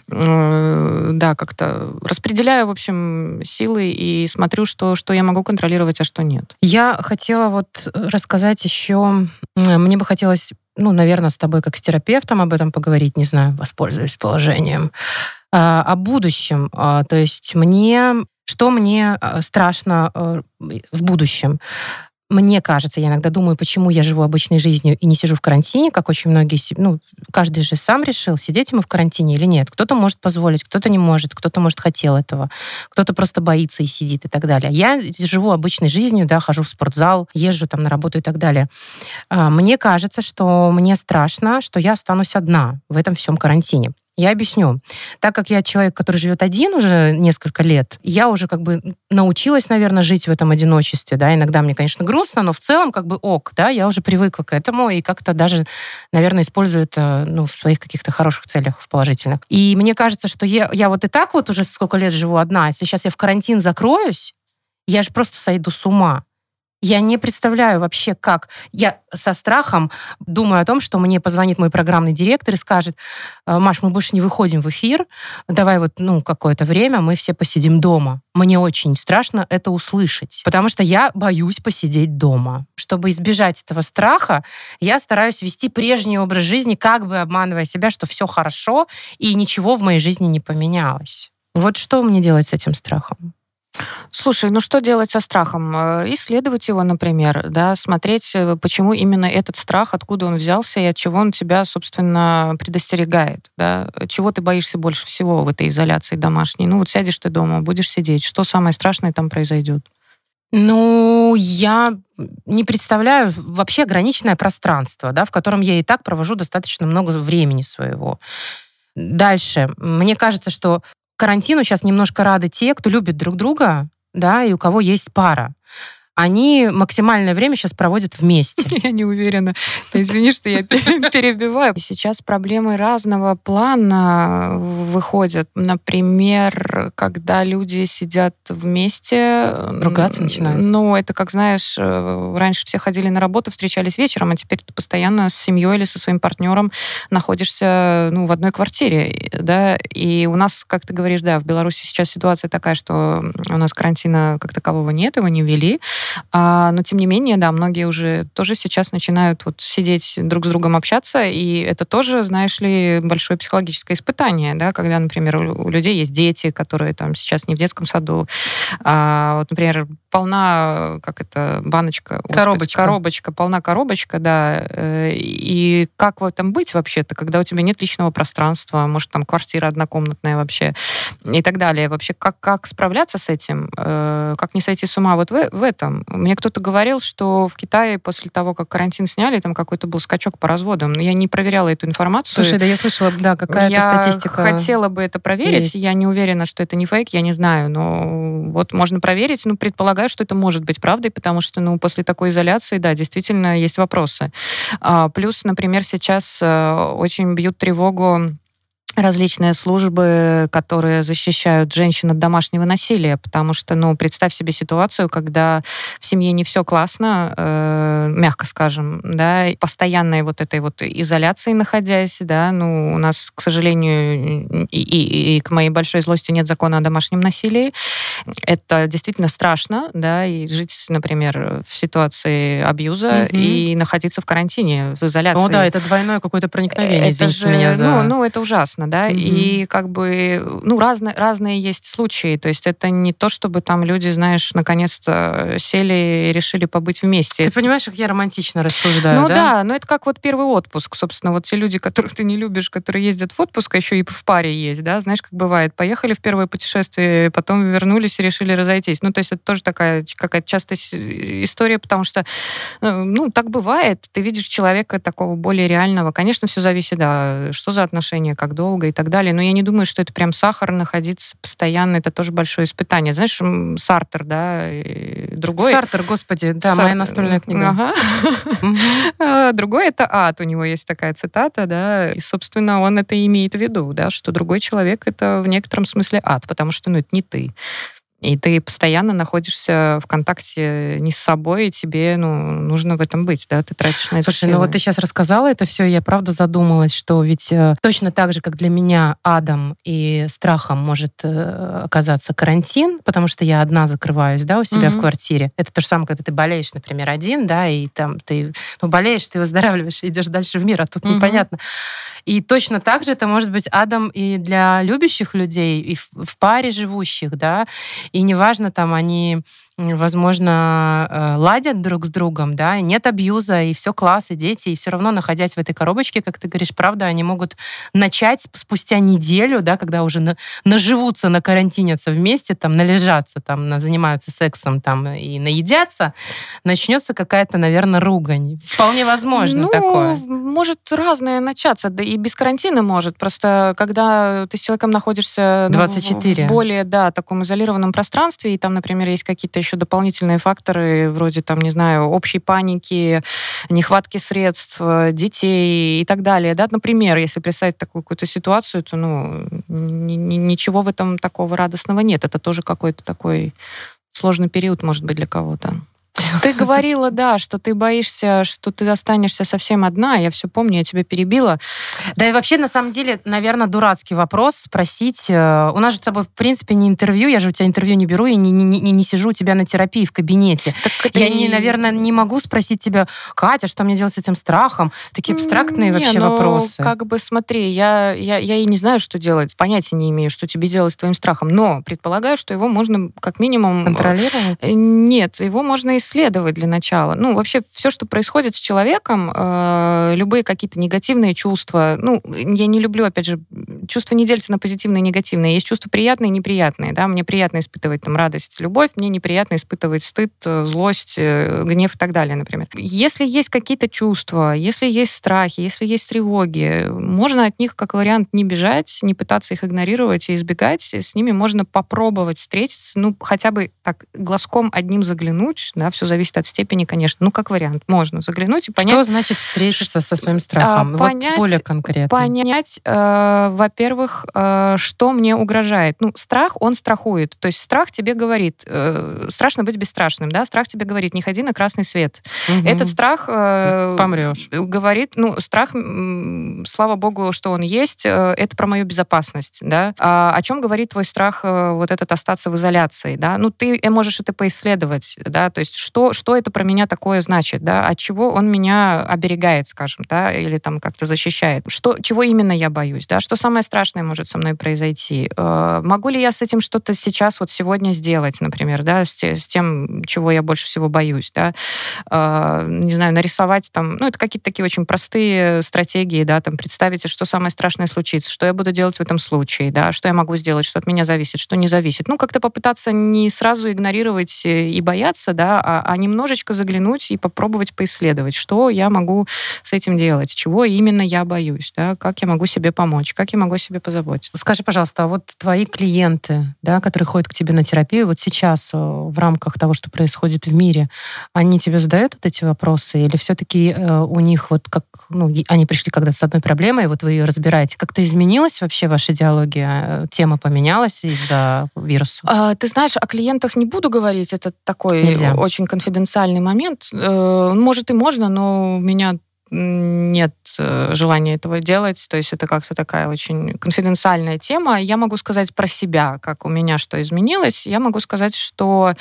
[SPEAKER 1] э, да, как-то распределяю, в общем, силы и смотрю, что, что я могу контролировать, а что нет.
[SPEAKER 2] Я хотела вот рассказать еще, мне бы хотелось ну, наверное, с тобой как с терапевтом об этом поговорить, не знаю, воспользуюсь положением, а, о будущем. А, то есть мне, что мне страшно а, в будущем? Мне кажется, я иногда думаю, почему я живу обычной жизнью и не сижу в карантине, как очень многие, ну, каждый же сам решил, сидеть ему в карантине или нет. Кто-то может позволить, кто-то не может, кто-то, может, хотел этого, кто-то просто боится и сидит и так далее. Я живу обычной жизнью, да, хожу в спортзал, езжу там на работу и так далее. Мне кажется, что мне страшно, что я останусь одна в этом всем карантине. Я объясню. Так как я человек, который живет один уже несколько лет, я уже как бы научилась, наверное, жить в этом одиночестве. Да? Иногда мне, конечно, грустно, но в целом как бы ок. Да? Я уже привыкла к этому и как-то даже, наверное, использую это ну, в своих каких-то хороших целях, в положительных. И мне кажется, что я, я вот и так вот уже сколько лет живу одна. Если сейчас я в карантин закроюсь, я же просто сойду с ума. Я не представляю вообще, как. Я со страхом думаю о том, что мне позвонит мой программный директор и скажет: Маш, мы больше не выходим в эфир, давай вот ну, какое-то время мы все посидим дома. Мне очень страшно это услышать, потому что я боюсь посидеть дома. Чтобы избежать этого страха, я стараюсь вести прежний образ жизни, как бы обманывая себя, что все хорошо и ничего в моей жизни не поменялось. Вот что мне делать с этим страхом?
[SPEAKER 1] Слушай, ну что делать со страхом? Исследовать его, например, да, смотреть, почему именно этот страх, откуда он взялся и от чего он тебя, собственно, предостерегает. Да? Чего ты боишься больше всего в этой изоляции домашней? Ну вот сядешь ты дома, будешь сидеть. Что самое страшное там произойдет?
[SPEAKER 2] Ну, я не представляю вообще ограниченное пространство, да, в котором я и так провожу достаточно много времени своего. Дальше. Мне кажется, что карантину сейчас немножко рады те, кто любит друг друга, да, и у кого есть пара. Они максимальное время сейчас проводят вместе.
[SPEAKER 1] Я не уверена. Извини, что я перебиваю. Сейчас проблемы разного плана выходят. Например, когда люди сидят вместе...
[SPEAKER 2] Ругаться начинают.
[SPEAKER 1] Ну, это, как знаешь, раньше все ходили на работу, встречались вечером, а теперь ты постоянно с семьей или со своим партнером находишься, ну, в одной квартире, да, и у нас, как ты говоришь, да, в Беларуси сейчас ситуация такая, что у нас карантина как такового нет, его не ввели. А, но, тем не менее, да, многие уже тоже сейчас начинают вот сидеть друг с другом общаться, и это тоже, знаешь ли, большое психологическое испытание, да, когда, например, у, у людей есть дети, которые там сейчас не в детском саду, а, вот, например, полна, как это, баночка, господи,
[SPEAKER 2] коробочка.
[SPEAKER 1] коробочка, полна коробочка, да, и как в этом быть вообще-то, когда у тебя нет личного пространства, может, там квартира однокомнатная вообще, и так далее. Вообще, как, как справляться с этим, как не сойти с ума вот в, в этом? Мне кто-то говорил, что в Китае после того, как карантин сняли, там какой-то был скачок по разводам. Но я не проверяла эту информацию.
[SPEAKER 2] Слушай, да я слышала, да, какая-то
[SPEAKER 1] я
[SPEAKER 2] статистика.
[SPEAKER 1] Я хотела бы это проверить.
[SPEAKER 2] Есть.
[SPEAKER 1] Я не уверена, что это не фейк, я не знаю. Но вот можно проверить. Ну, предполагаю, что это может быть правдой, потому что, ну, после такой изоляции, да, действительно есть вопросы. А, плюс, например, сейчас а, очень бьют тревогу различные службы, которые защищают женщин от домашнего насилия, потому что, ну, представь себе ситуацию, когда в семье не все классно, э, мягко скажем, да, постоянной вот этой вот изоляции находясь, да, ну, у нас, к сожалению, и, и, и к моей большой злости нет закона о домашнем насилии. Это действительно страшно, да, и жить, например, в ситуации абьюза mm-hmm. и находиться в карантине, в изоляции.
[SPEAKER 2] О, да, это двойное какое-то проникновение,
[SPEAKER 1] это
[SPEAKER 2] извините
[SPEAKER 1] же,
[SPEAKER 2] меня за...
[SPEAKER 1] Ну, ну, это ужасно, да,
[SPEAKER 2] Mm-hmm.
[SPEAKER 1] и как бы, ну, разные, разные есть случаи, то есть это не то, чтобы там люди, знаешь, наконец-то сели и решили побыть вместе.
[SPEAKER 2] Ты понимаешь, как я романтично рассуждаю,
[SPEAKER 1] ну,
[SPEAKER 2] да?
[SPEAKER 1] Ну да, но это как вот первый отпуск, собственно, вот те люди, которых ты не любишь, которые ездят в отпуск, а еще и в паре есть, да, знаешь, как бывает, поехали в первое путешествие, потом вернулись и решили разойтись, ну, то есть это тоже такая какая-то частая история, потому что, ну, так бывает, ты видишь человека такого более реального, конечно, все зависит, да, что за отношения, как долго и так далее. Но я не думаю, что это прям сахар, находиться постоянно, это тоже большое испытание. Знаешь, Сартер, да, и другой...
[SPEAKER 2] Сартер, господи, да,
[SPEAKER 1] Сартер.
[SPEAKER 2] Моя настольная книга.
[SPEAKER 1] Ага. Угу. Другой — это ад, у него есть такая цитата, да, и, собственно, он это имеет в виду, да, что другой человек — это в некотором смысле ад, потому что, ну, это не ты. И ты постоянно находишься в контакте не с собой, и тебе, ну, нужно в этом быть, да, ты тратишь на это
[SPEAKER 2] Слушай,
[SPEAKER 1] силы.
[SPEAKER 2] ну вот ты сейчас рассказала это все, и я правда задумалась, что ведь э, точно так же, как для меня адом и страхом может э, оказаться карантин, потому что я одна закрываюсь, да, у себя mm-hmm. в квартире. Это то же самое, когда ты болеешь, например, один, да, и там ты, ну, болеешь, ты выздоравливаешь и идешь дальше в мир, а тут mm-hmm. непонятно. И точно так же это может быть адом и для любящих людей, и в, в паре живущих, да, и неважно, там они, возможно, ладят друг с другом, да, и нет абьюза, и все класс, и дети, и все равно, находясь в этой коробочке, как ты говоришь, правда, они могут начать спустя неделю, да, когда уже на, наживутся, накарантинятся вместе, там, належатся, там, на, занимаются сексом, там, и наедятся, начнется какая-то, наверное, ругань. Вполне возможно
[SPEAKER 1] ну,
[SPEAKER 2] такое.
[SPEAKER 1] Может разное начаться, да и без карантина может. Просто когда ты с человеком находишься
[SPEAKER 2] двадцать четыре.
[SPEAKER 1] В, в более, да, таком изолированном пространстве, и там, например, есть какие-то еще дополнительные факторы, вроде, там, не знаю, общей паники, нехватки средств, детей и так далее, да, например, если представить такую какую-то ситуацию, то, ну, ни, ни, ничего в этом такого радостного нет. Это тоже какой-то такой сложный период, может быть, для кого-то. Ты говорила, да, что ты боишься, что ты останешься совсем одна. Я все помню, я тебя перебила.
[SPEAKER 2] Да и вообще, на самом деле, наверное, дурацкий вопрос спросить. У нас же с тобой, в принципе, не интервью. Я же у тебя интервью не беру и не, не, не, не сижу у тебя на терапии в кабинете. Я, не, наверное, не могу спросить тебя, Катя, что мне делать с этим страхом? Такие абстрактные не, вообще ну, вопросы.
[SPEAKER 1] Как бы, смотри, я, я, я и не знаю, что делать. Понятия не имею, что тебе делать с твоим страхом. Но предполагаю, что его можно как минимум...
[SPEAKER 2] Контролировать?
[SPEAKER 1] Нет, его можно исследовать для начала. Ну, вообще, все, что происходит с человеком, э, любые какие-то негативные чувства, ну, я не люблю, опять же, чувства не делятся на позитивные и негативные. Есть чувства приятные и неприятные. Да? Мне приятно испытывать там радость, любовь, мне неприятно испытывать стыд, злость, гнев и так далее, например. Если есть какие-то чувства, если есть страхи, если есть тревоги, можно от них, как вариант, не бежать, не пытаться их игнорировать и избегать. С ними можно попробовать встретиться, ну, хотя бы так глазком одним заглянуть, да, все зависит от степени, конечно. Ну, как вариант, можно заглянуть и понять...
[SPEAKER 2] Что значит встретиться со своим страхом?
[SPEAKER 1] А, понять,
[SPEAKER 2] вот более конкретно.
[SPEAKER 1] Понять, э, во-первых, э, что мне угрожает. Ну, страх, он страхует. То есть страх тебе говорит, э, страшно быть бесстрашным, да, страх тебе говорит, не ходи на красный свет. Угу. Этот страх... Э,
[SPEAKER 2] Помрешь.
[SPEAKER 1] Говорит, ну, страх, слава богу, что он есть, э, это про мою безопасность, да. А о чем говорит твой страх, э, вот этот остаться в изоляции, да? Ну, ты можешь это поисследовать, да, то есть что, что это про меня такое значит, да, от чего он меня оберегает, скажем, да, или там как-то защищает. Что, чего именно я боюсь, да, что самое страшное может со мной произойти. Э, могу ли я с этим что-то сейчас, вот сегодня сделать, например, да, с, с тем, чего я больше всего боюсь, да, э, не знаю, нарисовать там, ну, это какие-то такие очень простые стратегии, да, там, представить, что самое страшное случится, что я буду делать в этом случае, да, что я могу сделать, что от меня зависит, что не зависит. Ну, как-то попытаться не сразу игнорировать и бояться, да, а, а немножечко заглянуть и попробовать поисследовать, что я могу с этим делать, чего именно я боюсь, да, как я могу себе помочь, как я могу о себе позаботиться.
[SPEAKER 2] Скажи, пожалуйста, а вот твои клиенты, да, которые ходят к тебе на терапию, вот сейчас в рамках того, что происходит в мире, они тебе задают вот эти вопросы, или все-таки э, у них вот как, ну, они пришли когда с одной проблемой, вот вы ее разбираете, как-то изменилась вообще ваша идеология? Тема поменялась из-за вируса?
[SPEAKER 1] А, ты знаешь, о клиентах не буду говорить, это такой
[SPEAKER 2] Нельзя.
[SPEAKER 1] Очень конфиденциальный момент. Может и можно, но у меня нет желания этого делать, то есть это как-то такая очень конфиденциальная тема. Я могу сказать про себя, как у меня что изменилось. Я могу сказать, что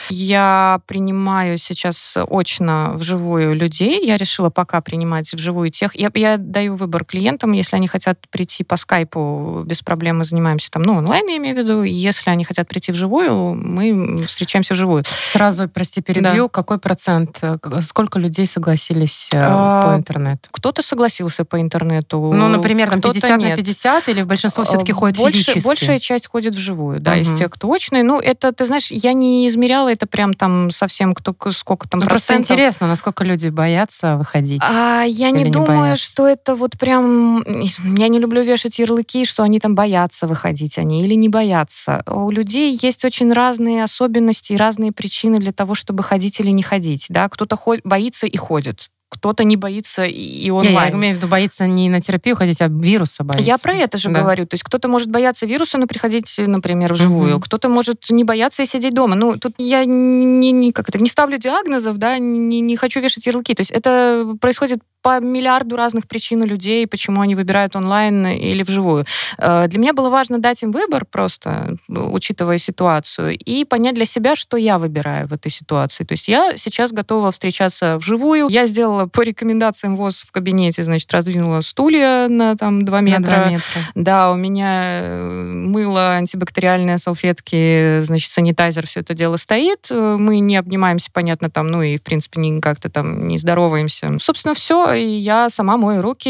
[SPEAKER 1] я принимаю сейчас очно вживую людей. Я решила пока принимать вживую тех. Я, я даю выбор клиентам, если они хотят прийти по скайпу, без проблем мы занимаемся там, ну, онлайн, я имею в виду. Если они хотят прийти вживую, мы встречаемся вживую.
[SPEAKER 2] Сразу, прости, перебью. Да. Какой процент, сколько людей согласились а, по интернету?
[SPEAKER 1] Кто-то согласился по интернету.
[SPEAKER 2] Ну, например, там пятьдесят на пятьдесят, или большинство все-таки ходит
[SPEAKER 1] Больше,
[SPEAKER 2] физически?
[SPEAKER 1] Большая часть ходит вживую, да,
[SPEAKER 2] угу.
[SPEAKER 1] из тех, кто очный. Ну, это, ты знаешь, я не измеряла это прям там совсем кто, сколько там
[SPEAKER 2] ну,
[SPEAKER 1] процентов.
[SPEAKER 2] Просто интересно, насколько люди боятся выходить.
[SPEAKER 1] А, я не, не думаю, боятся. Что это вот прям... Я не люблю вешать ярлыки, что они там боятся выходить, они или не боятся. У людей есть очень разные особенности и разные причины для того, чтобы ходить или не ходить, да. Кто-то ход... боится и ходит. Кто-то не боится и онлайн.
[SPEAKER 2] Я, я имею в виду, боится не на терапию ходить, а вируса боится.
[SPEAKER 1] Я про это же да. говорю. То есть кто-то может бояться вируса, но приходить, например, вживую. Угу. Кто-то может не бояться и сидеть дома. Ну, тут я не, не, как это, не ставлю диагнозов, да, не, не хочу вешать ярлыки. То есть это происходит по миллиарду разных причин у людей, почему они выбирают онлайн или вживую. Для меня было важно дать им выбор просто, учитывая ситуацию, и понять для себя, что я выбираю в этой ситуации. То есть я сейчас готова встречаться вживую. Я сделала по рекомендациям ВОЗ в кабинете, значит, раздвинула стулья на там два метра.
[SPEAKER 2] На два метра.
[SPEAKER 1] Да, у меня мыло, антибактериальные салфетки, значит, санитайзер, все это дело стоит. Мы не обнимаемся, понятно, там, ну и, в принципе, не как-то там не здороваемся. Собственно, все. И я сама мою руки,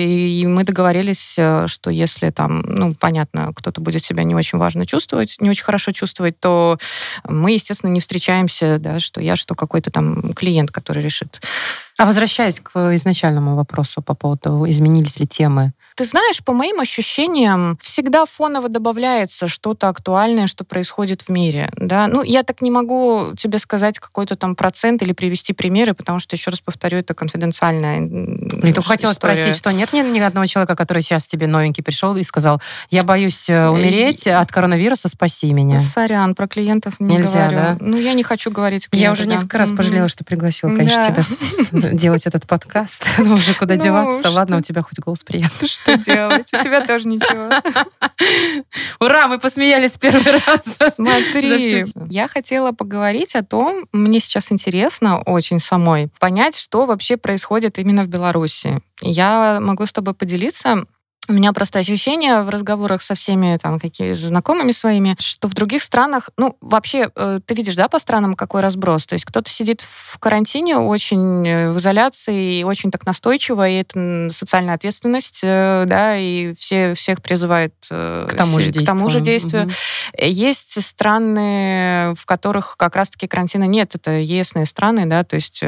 [SPEAKER 1] и мы договорились, что если там, ну, понятно, кто-то будет себя не очень важно чувствовать, не очень хорошо чувствовать, то мы, естественно, не встречаемся, да, что я, что какой-то там клиент, который решит.
[SPEAKER 2] А возвращаясь к изначальному вопросу по поводу того, изменились ли темы.
[SPEAKER 1] Ты знаешь, по моим ощущениям, всегда фоново добавляется что-то актуальное, что происходит в мире. Да? Ну, я так не могу тебе сказать какой-то там процент или привести примеры, потому что, еще раз повторю, это конфиденциальная
[SPEAKER 2] Мне только хотелось спросить, что нет ни, ни одного человека, который сейчас тебе новенький пришел и сказал, я боюсь умереть и... от коронавируса, спаси меня.
[SPEAKER 1] Сорян, про клиентов не
[SPEAKER 2] Нельзя,
[SPEAKER 1] говорю.
[SPEAKER 2] Да?
[SPEAKER 1] Ну, я не хочу говорить клиентам.
[SPEAKER 2] Я уже
[SPEAKER 1] да.
[SPEAKER 2] несколько раз
[SPEAKER 1] mm-hmm.
[SPEAKER 2] пожалела, что пригласила, конечно,
[SPEAKER 1] да.
[SPEAKER 2] тебя делать этот подкаст. Ну, уже куда
[SPEAKER 1] ну,
[SPEAKER 2] деваться.
[SPEAKER 1] Что?
[SPEAKER 2] Ладно, у тебя хоть голос приятный.
[SPEAKER 1] Что делать? У тебя тоже ничего.
[SPEAKER 2] Ура, мы посмеялись первый раз.
[SPEAKER 1] Смотри, я хотела поговорить о том, мне сейчас интересно очень самой, понять, что вообще происходит именно в Беларуси. Я могу с тобой поделиться У меня просто ощущение в разговорах со всеми там какими знакомыми своими, что в других странах, ну, вообще, ты видишь, да, по странам какой разброс. То есть кто-то сидит в карантине очень в изоляции, и очень так настойчиво, и это социальная ответственность, да, и все, всех призывают к
[SPEAKER 2] тому же действию.
[SPEAKER 1] К тому же действию.
[SPEAKER 2] Угу.
[SPEAKER 1] Есть страны, в которых как раз-таки карантина нет. Это ЕСные страны, да, то есть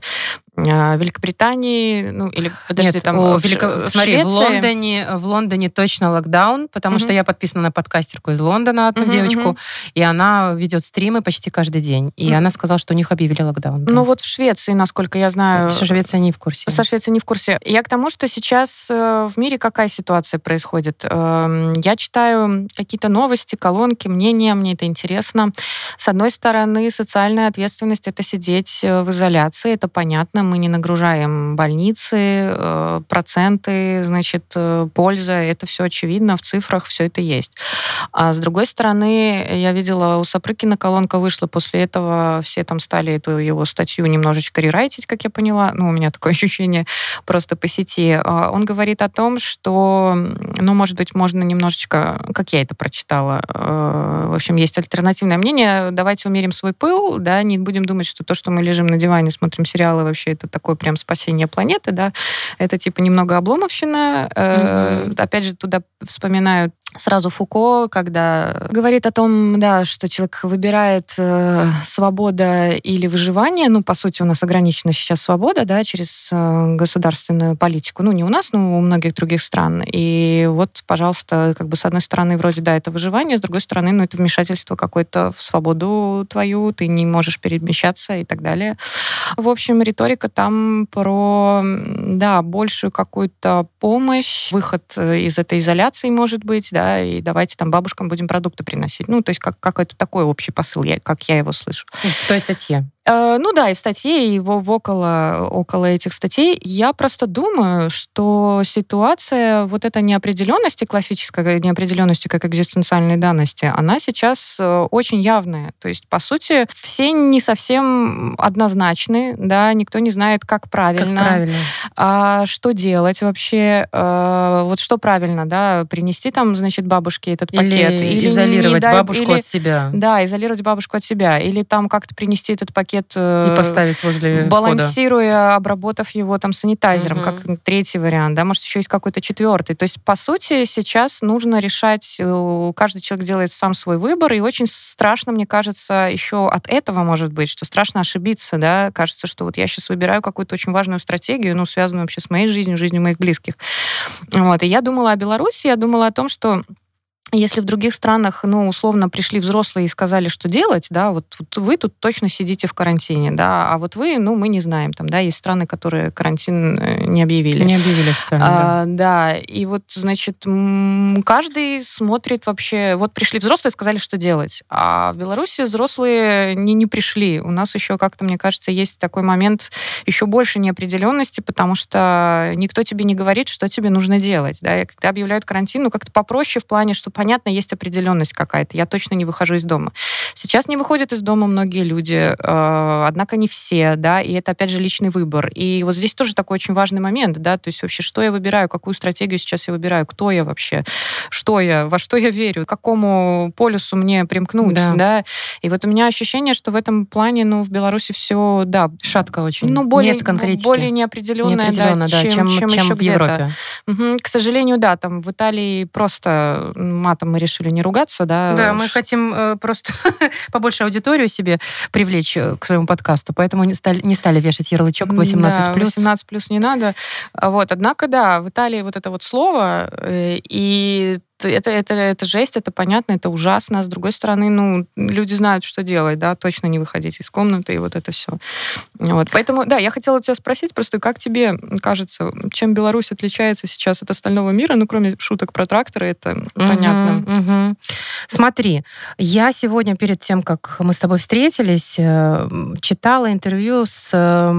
[SPEAKER 1] Великобритании, ну, или, подожди,
[SPEAKER 2] Нет,
[SPEAKER 1] там,
[SPEAKER 2] о,
[SPEAKER 1] в,
[SPEAKER 2] Велико...
[SPEAKER 1] в
[SPEAKER 2] Смотри,
[SPEAKER 1] Швеции.
[SPEAKER 2] В Лондоне, в Лондоне точно локдаун, потому
[SPEAKER 1] Мгм.
[SPEAKER 2] что я подписана на подкастерку из Лондона, одну
[SPEAKER 1] Мгм,
[SPEAKER 2] девочку,
[SPEAKER 1] мгм.
[SPEAKER 2] и она ведет стримы почти каждый день. И
[SPEAKER 1] Мгм.
[SPEAKER 2] она сказала, что у них объявили локдаун. Да.
[SPEAKER 1] Ну, вот в Швеции, насколько я знаю...
[SPEAKER 2] Швеция не в курсе.
[SPEAKER 1] Со Швеции не в курсе. Я к тому, что сейчас э, в мире какая ситуация происходит. Эм, Я читаю какие-то новости, колонки, мнения, мне это интересно. С одной стороны, социальная ответственность — это сидеть э, в изоляции, это понятно, мы не нагружаем больницы, э, проценты, значит, э, польза, это все очевидно, в цифрах все это есть. А с другой стороны, я видела, у Сапрыкина колонка вышла, после этого все там стали эту его статью немножечко рерайтить, как я поняла, ну, у меня такое ощущение просто по сети. Он говорит о том, что, ну, может быть, можно немножечко, как я это прочитала, в общем, есть альтернативное мнение, давайте умерим свой пыл, да, не будем думать, что то, что мы лежим на диване, смотрим сериалы, вообще это такое прям спасение планеты, да, это типа немного обломовщина. Mm-hmm. Опять же, туда вспоминают сразу Фуко, когда говорит о том, да, что человек выбирает э, свобода или выживание. Ну, по сути, у нас ограничена сейчас свобода, да, через э, государственную политику. Ну, не у нас, но у многих других стран. И вот, пожалуйста, как бы с одной стороны, вроде, да, это выживание, с другой стороны, ну, это вмешательство какое-то в свободу твою, ты не можешь перемещаться и так далее. В общем, риторика там про, да, большую какую-то помощь, выход из этой изоляции, может быть, да, и давайте там бабушкам будем продукты приносить. Ну, то есть как, какой-то такой общий посыл, я, как я его слышу.
[SPEAKER 2] В той статье?
[SPEAKER 1] Э, ну да, и в статье, и в, в около, около этих статей. Я просто думаю, что ситуация вот этой неопределенности, классической неопределенности как экзистенциальной данности, она сейчас очень явная. То есть, по сути, все не совсем однозначны, да, никто не знает, как правильно.
[SPEAKER 2] Как правильно.
[SPEAKER 1] А, что делать вообще? А, вот что правильно, да, принести там, значит, бабушке этот пакет.
[SPEAKER 2] Или,
[SPEAKER 1] или
[SPEAKER 2] изолировать
[SPEAKER 1] дай,
[SPEAKER 2] бабушку
[SPEAKER 1] или,
[SPEAKER 2] от себя.
[SPEAKER 1] Да, изолировать бабушку от себя. Или там как-то принести этот пакет
[SPEAKER 2] и поставить возле
[SPEAKER 1] балансируя,
[SPEAKER 2] входа.
[SPEAKER 1] Обработав его там санитайзером, угу. Как третий вариант, да, может, еще есть какой-то четвертый. То есть, по сути, сейчас нужно решать, каждый человек делает сам свой выбор, и очень страшно, мне кажется, еще от этого может быть, что страшно ошибиться, да, кажется, что вот я сейчас выбираю какую-то очень важную стратегию, ну, связанную вообще с моей жизнью, жизнью моих близких. Вот, и я думала о Беларуси, я думала о том, что если в других странах, ну, условно, пришли взрослые и сказали, что делать, да, вот, вот вы тут точно сидите в карантине, да, а вот вы, ну, мы не знаем, там, да, есть страны, которые карантин не объявили.
[SPEAKER 2] Не объявили официально,
[SPEAKER 1] а, да. Да, и вот, значит, каждый смотрит вообще, вот пришли взрослые и сказали, что делать, а в Беларуси взрослые не, не пришли. У нас еще как-то, мне кажется, есть такой момент еще больше неопределенности, потому что никто тебе не говорит, что тебе нужно делать, да, и когда объявляют карантин, ну, как-то попроще в плане, что понятно, есть определенность какая-то. Я точно не выхожу из дома. Сейчас не выходят из дома многие люди, э, однако не все, да, и это, опять же, личный выбор. И вот здесь тоже такой очень важный момент, да, то есть вообще, что я выбираю, какую стратегию сейчас я выбираю, кто я вообще, что я, во что я верю, к какому полюсу мне примкнуть, да. да. И вот у меня ощущение, что в этом плане, ну, в Беларуси все, да.
[SPEAKER 2] Шатко очень.
[SPEAKER 1] Ну, более,
[SPEAKER 2] нет конкретики.
[SPEAKER 1] Более неопределенное,
[SPEAKER 2] неопределенно,
[SPEAKER 1] да,
[SPEAKER 2] да,
[SPEAKER 1] чем,
[SPEAKER 2] чем,
[SPEAKER 1] чем,
[SPEAKER 2] чем
[SPEAKER 1] еще
[SPEAKER 2] в
[SPEAKER 1] где-то.
[SPEAKER 2] Европе.
[SPEAKER 1] Угу. К сожалению, да, там в Италии просто матом мы решили не ругаться, да.
[SPEAKER 2] Да, мы Ш... хотим э, просто побольше аудиторию себе привлечь к своему подкасту, поэтому не стали, не стали вешать ярлычок восемнадцать плюс.
[SPEAKER 1] Да, восемнадцать плюс не надо. Вот, однако, да, в Италии вот это вот слово, э, и Это, это, это жесть, это понятно, это ужасно. А с другой стороны, ну, люди знают, что делать, да, точно не выходить из комнаты, и вот это все. Вот. Поэтому, да, я хотела тебя спросить просто, как тебе кажется, чем Беларусь отличается сейчас от остального мира, ну, кроме шуток про тракторы, это uh-huh, понятно.
[SPEAKER 2] Uh-huh. Смотри, я сегодня перед тем, как мы с тобой встретились, читала интервью с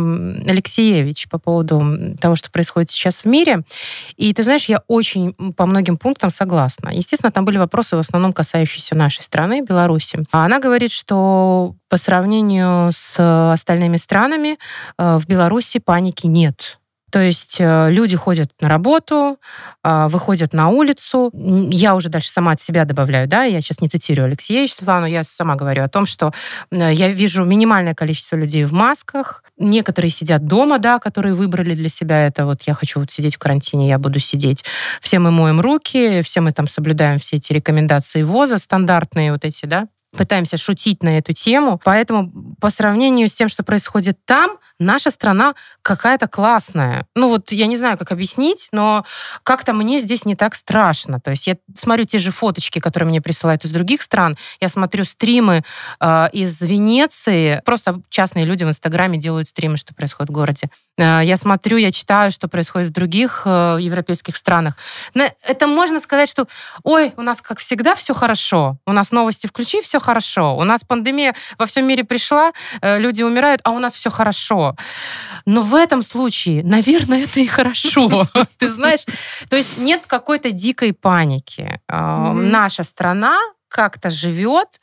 [SPEAKER 2] Алексеевич по поводу того, что происходит сейчас в мире, и ты знаешь, я очень по многим пунктам согласна. Естественно, там были вопросы в основном касающиеся нашей страны, Беларуси. Она говорит, что по сравнению с остальными странами в Беларуси паники нет. То есть люди ходят на работу, выходят на улицу. Я уже дальше сама от себя добавляю, да, я сейчас не цитирую Алексея Светлану, я сама говорю о том, что я вижу минимальное количество людей в масках. Некоторые сидят дома, да, которые выбрали для себя это. Вот я хочу вот сидеть в карантине, я буду сидеть. Все мы моем руки, все мы там соблюдаем все эти рекомендации ВОЗа, стандартные вот эти, да. Пытаемся шутить на эту тему. Поэтому по сравнению с тем, что происходит там, наша страна какая-то классная. Ну вот я не знаю, как объяснить, но как-то мне здесь не так страшно. То есть я смотрю те же фоточки, которые мне присылают из других стран, я смотрю стримы э, из Венеции. Просто частные люди в Инстаграме делают стримы, что происходит в городе. Э, я смотрю, я читаю, что происходит в других э, европейских странах. Но это можно сказать, что ой, у нас, как всегда, все хорошо. У нас новости включи, все хорошо. У нас пандемия во всем мире пришла, э, люди умирают, а у нас все хорошо. Но в этом случае, наверное, это и хорошо. Ты знаешь, то есть нет какой-то дикой паники. Наша страна как-то живет,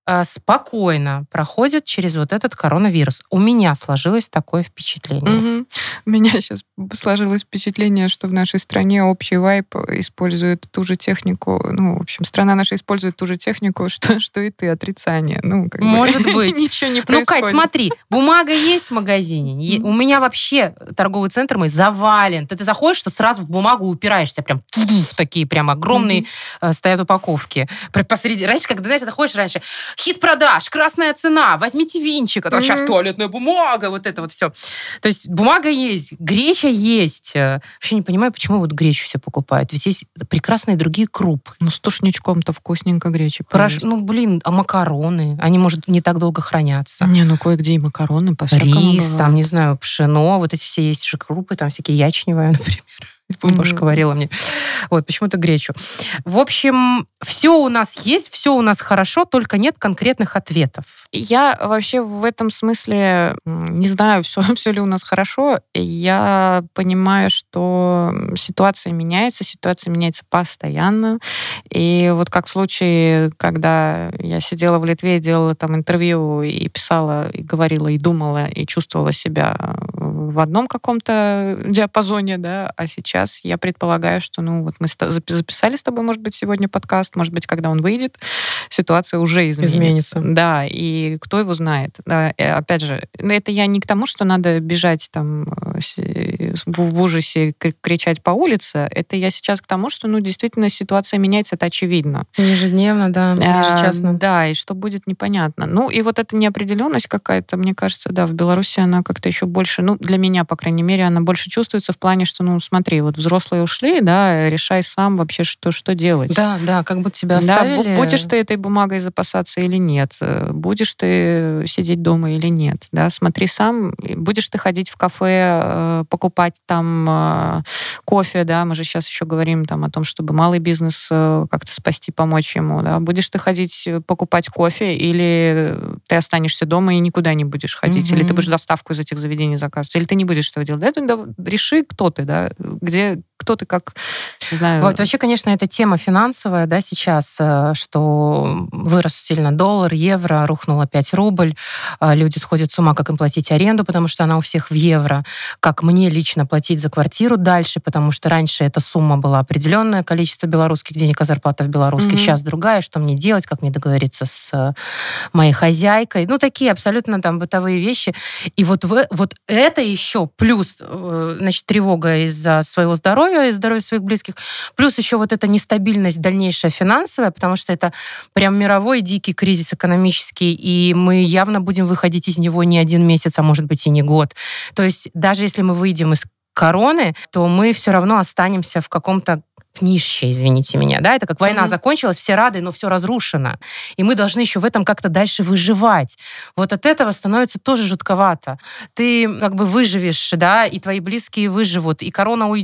[SPEAKER 2] спокойно проходит через вот этот коронавирус. У меня сложилось такое впечатление.
[SPEAKER 1] Угу. У меня сейчас сложилось впечатление, что в нашей стране общий вайб использует ту же технику, ну, в общем, страна наша использует ту же технику, что, что и ты, отрицание. Ну, как
[SPEAKER 2] Может
[SPEAKER 1] бы,
[SPEAKER 2] быть.
[SPEAKER 1] Ничего не
[SPEAKER 2] Ну,
[SPEAKER 1] происходит.
[SPEAKER 2] Кать, смотри, бумага есть в магазине. Е- У меня вообще торговый центр мой завален. Ты, ты заходишь, что сразу в бумагу упираешься, прям в такие прям огромные mm-hmm. стоят упаковки. Посреди, раньше, когда, знаешь, заходишь раньше, хит продаж, красная цена, возьмите винчик, а mm-hmm. сейчас туалетная бумага, вот это вот все. То есть бумага есть, греча есть. Вообще не понимаю, почему вот гречу все покупают. Ведь есть прекрасные другие крупы.
[SPEAKER 1] Ну, с тушничком-то вкусненько гречи.
[SPEAKER 2] Прош... Ну, блин, а макароны? Они, может, не так долго хранятся.
[SPEAKER 1] Не, ну кое-где и макароны, по-всякому
[SPEAKER 2] Рис,
[SPEAKER 1] бывает.
[SPEAKER 2] там, не знаю, пшено, вот эти все есть же крупы, там всякие ячневые, например. Бабушка mm-hmm. варила мне. Вот, почему-то гречу. В общем, все у нас есть, все у нас хорошо, только нет конкретных ответов.
[SPEAKER 1] Я вообще в этом смысле не знаю, все, все ли у нас хорошо. Я понимаю, что ситуация меняется, ситуация меняется постоянно. И вот как в случае, когда я сидела в Литве, делала там интервью и писала, и говорила, и думала, и чувствовала себя в одном каком-то диапазоне, да, а сейчас я предполагаю, что, ну, вот мы записали с тобой, может быть, сегодня подкаст, может быть, когда он выйдет, ситуация уже изменится. изменится. Да, и кто его знает. Да, и опять же, это я не к тому, что надо бежать там в ужасе, кричать по улице, это я сейчас к тому, что, ну, действительно, ситуация меняется, это очевидно.
[SPEAKER 2] Ежедневно, да, ежечасно.
[SPEAKER 1] А, да, и что будет, непонятно. Ну, и вот эта неопределенность какая-то, мне кажется, да, в Беларуси она как-то еще больше, ну, для меня, по крайней мере, она больше чувствуется в плане, что, ну, смотри, вот взрослые ушли, да, решай сам вообще, что, что делать.
[SPEAKER 2] Да, да, как будто тебя оставили.
[SPEAKER 1] Да, будешь ты этой бумагой запасаться или нет, будешь ты сидеть дома или нет, да, смотри сам, будешь ты ходить в кафе, покупать там кофе, да, мы же сейчас еще говорим там о том, чтобы малый бизнес как-то спасти, помочь ему, да, будешь ты ходить покупать кофе или ты останешься дома и никуда не будешь ходить, mm-hmm. или ты будешь доставку из этих заведений заказывать, или ты не будешь этого делать, да, реши, кто ты, да, где, кто ты, как, не знаю.
[SPEAKER 2] Вот вообще, конечно, эта тема финансовая, да, сейчас, что вырос сильно доллар, евро, рухнул опять рубль, люди сходят с ума, как им платить аренду, потому что она у всех в евро, как мне лично платить за квартиру дальше, потому что раньше эта сумма была определенное количество белорусских денег, а зарплата в белорусских, mm-hmm. сейчас другая, что мне делать, как мне договориться с моей хозяйкой, ну, такие абсолютно там бытовые вещи. И вот, в, вот это еще плюс, значит, тревога из-за своего здоровья, из здоровья своих близких, плюс еще вот эта нестабильность дальнейшая финансовая, потому что это прям мировой дикий кризис экономический, и мы явно будем выходить из него не один месяц, а может быть и не год. То есть даже если мы выйдем из короны, то мы все равно останемся в каком-то нищие, извините меня, да, это как война mm-hmm. закончилась, все рады, но все разрушено, и мы должны еще в этом как-то дальше выживать. Вот от этого становится тоже жутковато. Ты как бы выживешь, да, и твои близкие выживут, и корона уйдет,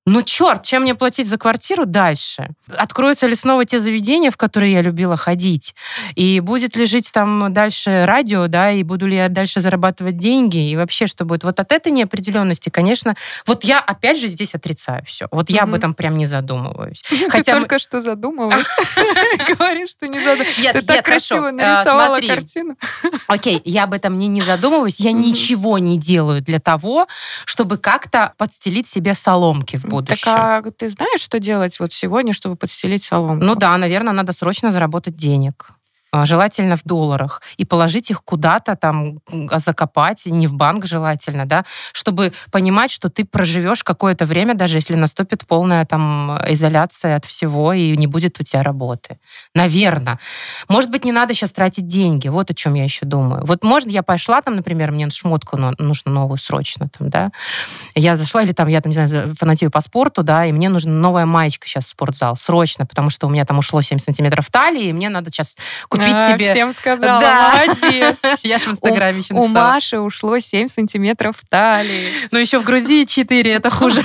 [SPEAKER 2] Ну, черт, чем мне платить за квартиру дальше? Откроются ли снова те заведения, в которые я любила ходить? И будет ли жить там дальше радио, да, и буду ли я дальше зарабатывать деньги? И вообще, что будет? Вот от этой неопределенности, конечно, вот я опять же здесь отрицаю все. Вот я об этом прям не задумываюсь.
[SPEAKER 1] Ты только что задумалась. Говоришь, что не задумалась. Ты так красиво нарисовала картину.
[SPEAKER 2] Окей, я об этом не задумываюсь. Я ничего не делаю для того, чтобы как-то подстелить себе соломки в будущем.
[SPEAKER 1] Так а ты знаешь, что делать вот сегодня, чтобы подстелить соломку?
[SPEAKER 2] Ну да, наверное, надо срочно заработать денег. Желательно в долларах, и положить их куда-то там, закопать, не в банк желательно, да, чтобы понимать, что ты проживешь какое-то время, даже если наступит полная там изоляция от всего, и не будет у тебя работы. Наверное. Может быть, не надо сейчас тратить деньги, вот о чем я еще думаю. Вот может, я пошла там, например, мне шмотку нужно новую срочно, там, да, я зашла, или там, я там, не знаю, фанатею по спорту, да, и мне нужна новая маечка сейчас в спортзал, срочно, потому что у меня там ушло семь сантиметров талии, и мне надо сейчас купить
[SPEAKER 1] а,
[SPEAKER 2] себе...
[SPEAKER 1] Всем сказала, да. Молодец.
[SPEAKER 2] Я же в Инстаграме еще
[SPEAKER 1] написала. У Маши ушло семь сантиметров талии.
[SPEAKER 2] Ну, еще в груди четыре, это хуже.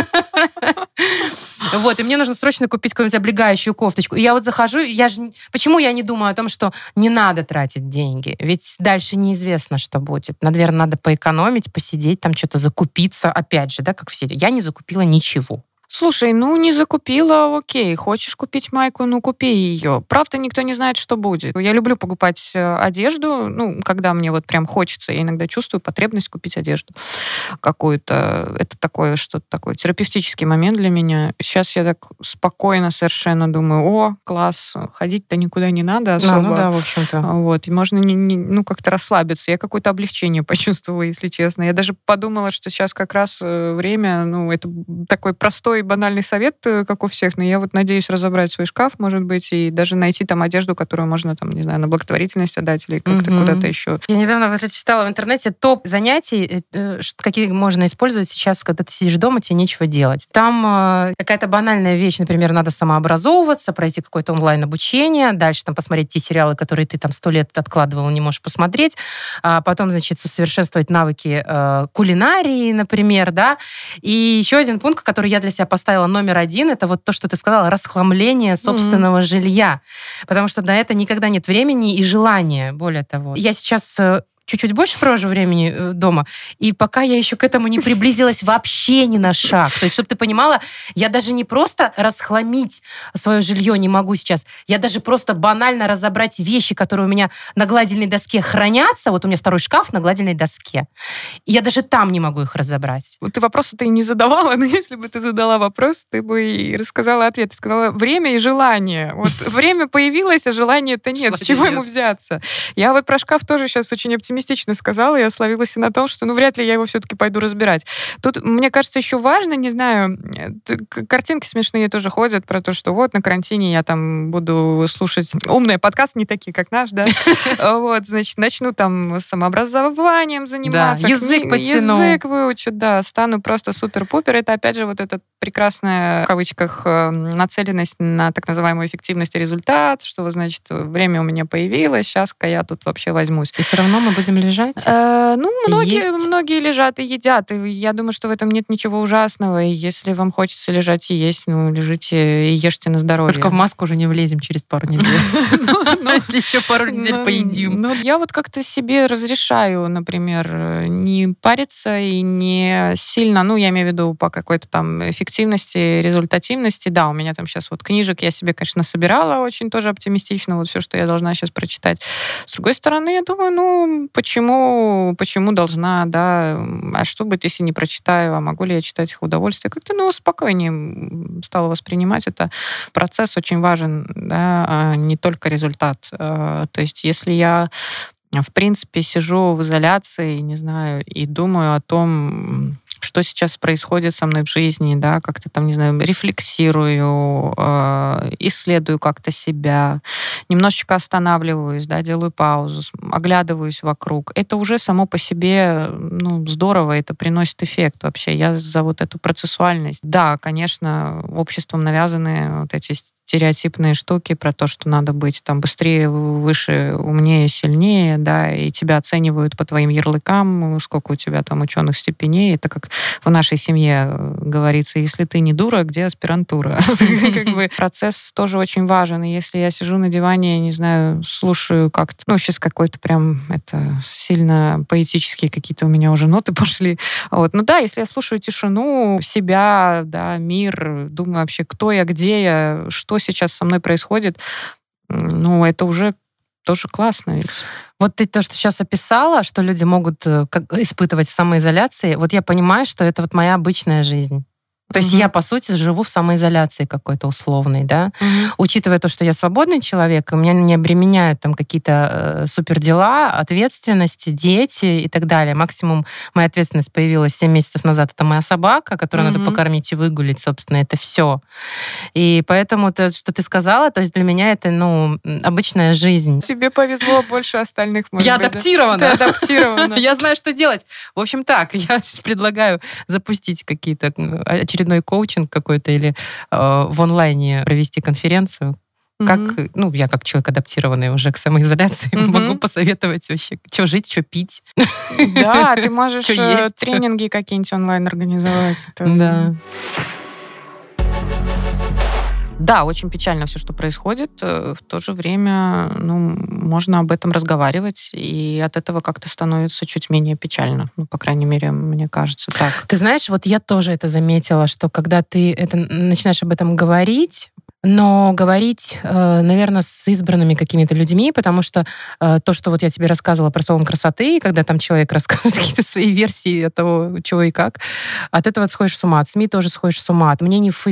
[SPEAKER 2] Вот, и мне нужно срочно купить какую-нибудь облегающую кофточку. И я вот захожу, я же... Почему я не думаю о том, что не надо тратить деньги? Ведь дальше неизвестно, что будет. Наверное, надо поэкономить, посидеть, там что-то закупиться. Опять же, да, как все. Я не закупила ничего.
[SPEAKER 1] Слушай, ну не закупила, окей. Хочешь купить майку, ну купи ее. Правда, никто не знает, что будет. Я люблю покупать одежду, ну, когда мне вот прям хочется. Я иногда чувствую потребность купить одежду какую-то. Это такое, что-то такое, терапевтический момент для меня. Сейчас я так спокойно совершенно думаю, о, класс, ходить-то никуда не надо особо.
[SPEAKER 2] Ну, ну да, в общем-то.
[SPEAKER 1] Вот, и можно не, не, ну, как-то расслабиться. Я какое-то облегчение почувствовала, если честно. Я даже подумала, что сейчас как раз время, ну, это такой простой банальный совет, как у всех, но я вот надеюсь разобрать свой шкаф, может быть, и даже найти там одежду, которую можно, там, не знаю, на благотворительность отдать или как-то mm-hmm. куда-то еще.
[SPEAKER 2] Я недавно вот читала в интернете топ занятий, какие можно использовать сейчас, когда ты сидишь дома, тебе нечего делать. Там какая-то банальная вещь, например, надо самообразовываться, пройти какое-то онлайн-обучение, дальше там посмотреть те сериалы, которые ты там сто лет откладывал, не можешь посмотреть, а потом, значит, усовершенствовать навыки э, кулинарии, например, да, и еще один пункт, который я для себя поставила номер один, это вот то, что ты сказала, расхламление собственного mm-hmm. жилья. Потому что на это никогда нет времени и желания, более того. Я сейчас чуть-чуть больше провожу времени дома, и пока я еще к этому не приблизилась вообще ни на шаг. То есть, чтобы ты понимала, я даже не просто расхламить свое жилье не могу сейчас, я даже просто банально разобрать вещи, которые у меня на гладильной доске хранятся. Вот у меня второй шкаф на гладильной доске. И я даже там не могу их разобрать.
[SPEAKER 1] Ты вопросы-то и не задавала, но если бы ты задала вопрос, ты бы и рассказала ответ. Ты сказала время и желание. Вот время появилось, а желания-то нет. С чего ему взяться? Я вот про шкаф тоже сейчас очень оптимистично сказала, я словилась и на том, что ну вряд ли я его все-таки пойду разбирать. Тут, мне кажется, еще важно, не знаю, картинки смешные тоже ходят про то, что вот на карантине я там буду слушать умные подкасты, не такие, как наш, да, вот, значит, начну там самообразованием заниматься,
[SPEAKER 2] язык подтяну.
[SPEAKER 1] Язык выучу, да, стану просто супер-пупер. Это, опять же, вот эта прекрасная, в кавычках, нацеленность на так называемую эффективность и результат, что, значит, время у меня появилось, сейчас-ка я тут вообще возьмусь.
[SPEAKER 2] И все равно мы будем лежать?
[SPEAKER 1] Э, ну, многие, многие лежат и едят. И я думаю, что в этом нет ничего ужасного. И если вам хочется лежать и есть, ну, лежите и ешьте на здоровье.
[SPEAKER 2] Только в маску уже не влезем через пару недель. Если еще пару недель поедим.
[SPEAKER 1] Ну, я вот как-то себе разрешаю, например, не париться и не сильно, ну, я имею в виду по какой-то там эффективности, результативности. Да, у меня там сейчас вот книжек я себе, конечно, собирала очень тоже оптимистично, вот все, что я должна сейчас прочитать. С другой стороны, я думаю, ну, Почему, почему должна, да, а что будет, если не прочитаю, а могу ли я читать их в удовольствие? Как-то, ну, спокойнее стала воспринимать. Это процесс очень важен, да, а не только результат. То есть если я, в принципе, сижу в изоляции, не знаю, и думаю о том, что сейчас происходит со мной в жизни, да, как-то там, не знаю, рефлексирую, э, исследую как-то себя, немножечко останавливаюсь, да, делаю паузу, оглядываюсь вокруг. Это уже само по себе, ну, здорово, это приносит эффект вообще. Я за вот эту процессуальность. Да, конечно, обществом навязаны вот эти стереотипные штуки про то, что надо быть там быстрее, выше, умнее, сильнее, да, и тебя оценивают по твоим ярлыкам, сколько у тебя там ученых степеней. Это как в нашей семье говорится, если ты не дура, где аспирантура? Процесс тоже очень важен. И если я сижу на диване, не знаю, слушаю как-то, ну, сейчас какой-то прям, это сильно поэтические какие-то у меня уже ноты пошли. Вот. Ну да, если я слушаю тишину, себя, да, мир, думаю вообще, кто я, где я, что сейчас со мной происходит, ну, это уже тоже классно ведь.
[SPEAKER 2] Вот ты то, что сейчас описала, что люди могут как, испытывать в самоизоляции, вот я понимаю, что это вот моя обычная жизнь. То есть угу. я, по сути, живу в самоизоляции какой-то условной, да, угу. учитывая то, что я свободный человек, и меня не обременяют там какие-то э, супердела, ответственности, дети и так далее. Максимум моя ответственность появилась семь месяцев назад, это моя собака, которую угу. надо покормить и выгулить, собственно, это все. И поэтому то, что ты сказала, то есть для меня это, ну, обычная жизнь.
[SPEAKER 1] Тебе повезло больше остальных, может
[SPEAKER 2] я
[SPEAKER 1] быть.
[SPEAKER 2] Адаптирована.
[SPEAKER 1] Да? Ты адаптирована.
[SPEAKER 2] Я знаю, что делать. В общем, так, я предлагаю запустить какие-то очередной коучинг какой-то или э, в онлайне провести конференцию. Mm-hmm. Как, ну, я как человек адаптированный уже к самоизоляции, mm-hmm. могу посоветовать вообще, что жить, что пить.
[SPEAKER 1] Да, ты можешь тренинги какие-нибудь онлайн организовать.
[SPEAKER 2] Да.
[SPEAKER 1] Да, очень печально все, что происходит. В то же время, ну, можно об этом разговаривать, и от этого как-то становится чуть менее печально. Ну, по крайней мере, мне кажется так.
[SPEAKER 2] Ты знаешь, вот я тоже это заметила, что когда ты это начинаешь об этом говорить, но говорить, наверное, с избранными какими-то людьми, потому что то, что вот я тебе рассказывала про салон красоты, когда там человек рассказывает какие-то свои версии того, чего и как, от этого сходишь с ума. От СМИ тоже сходишь с ума. От мнений в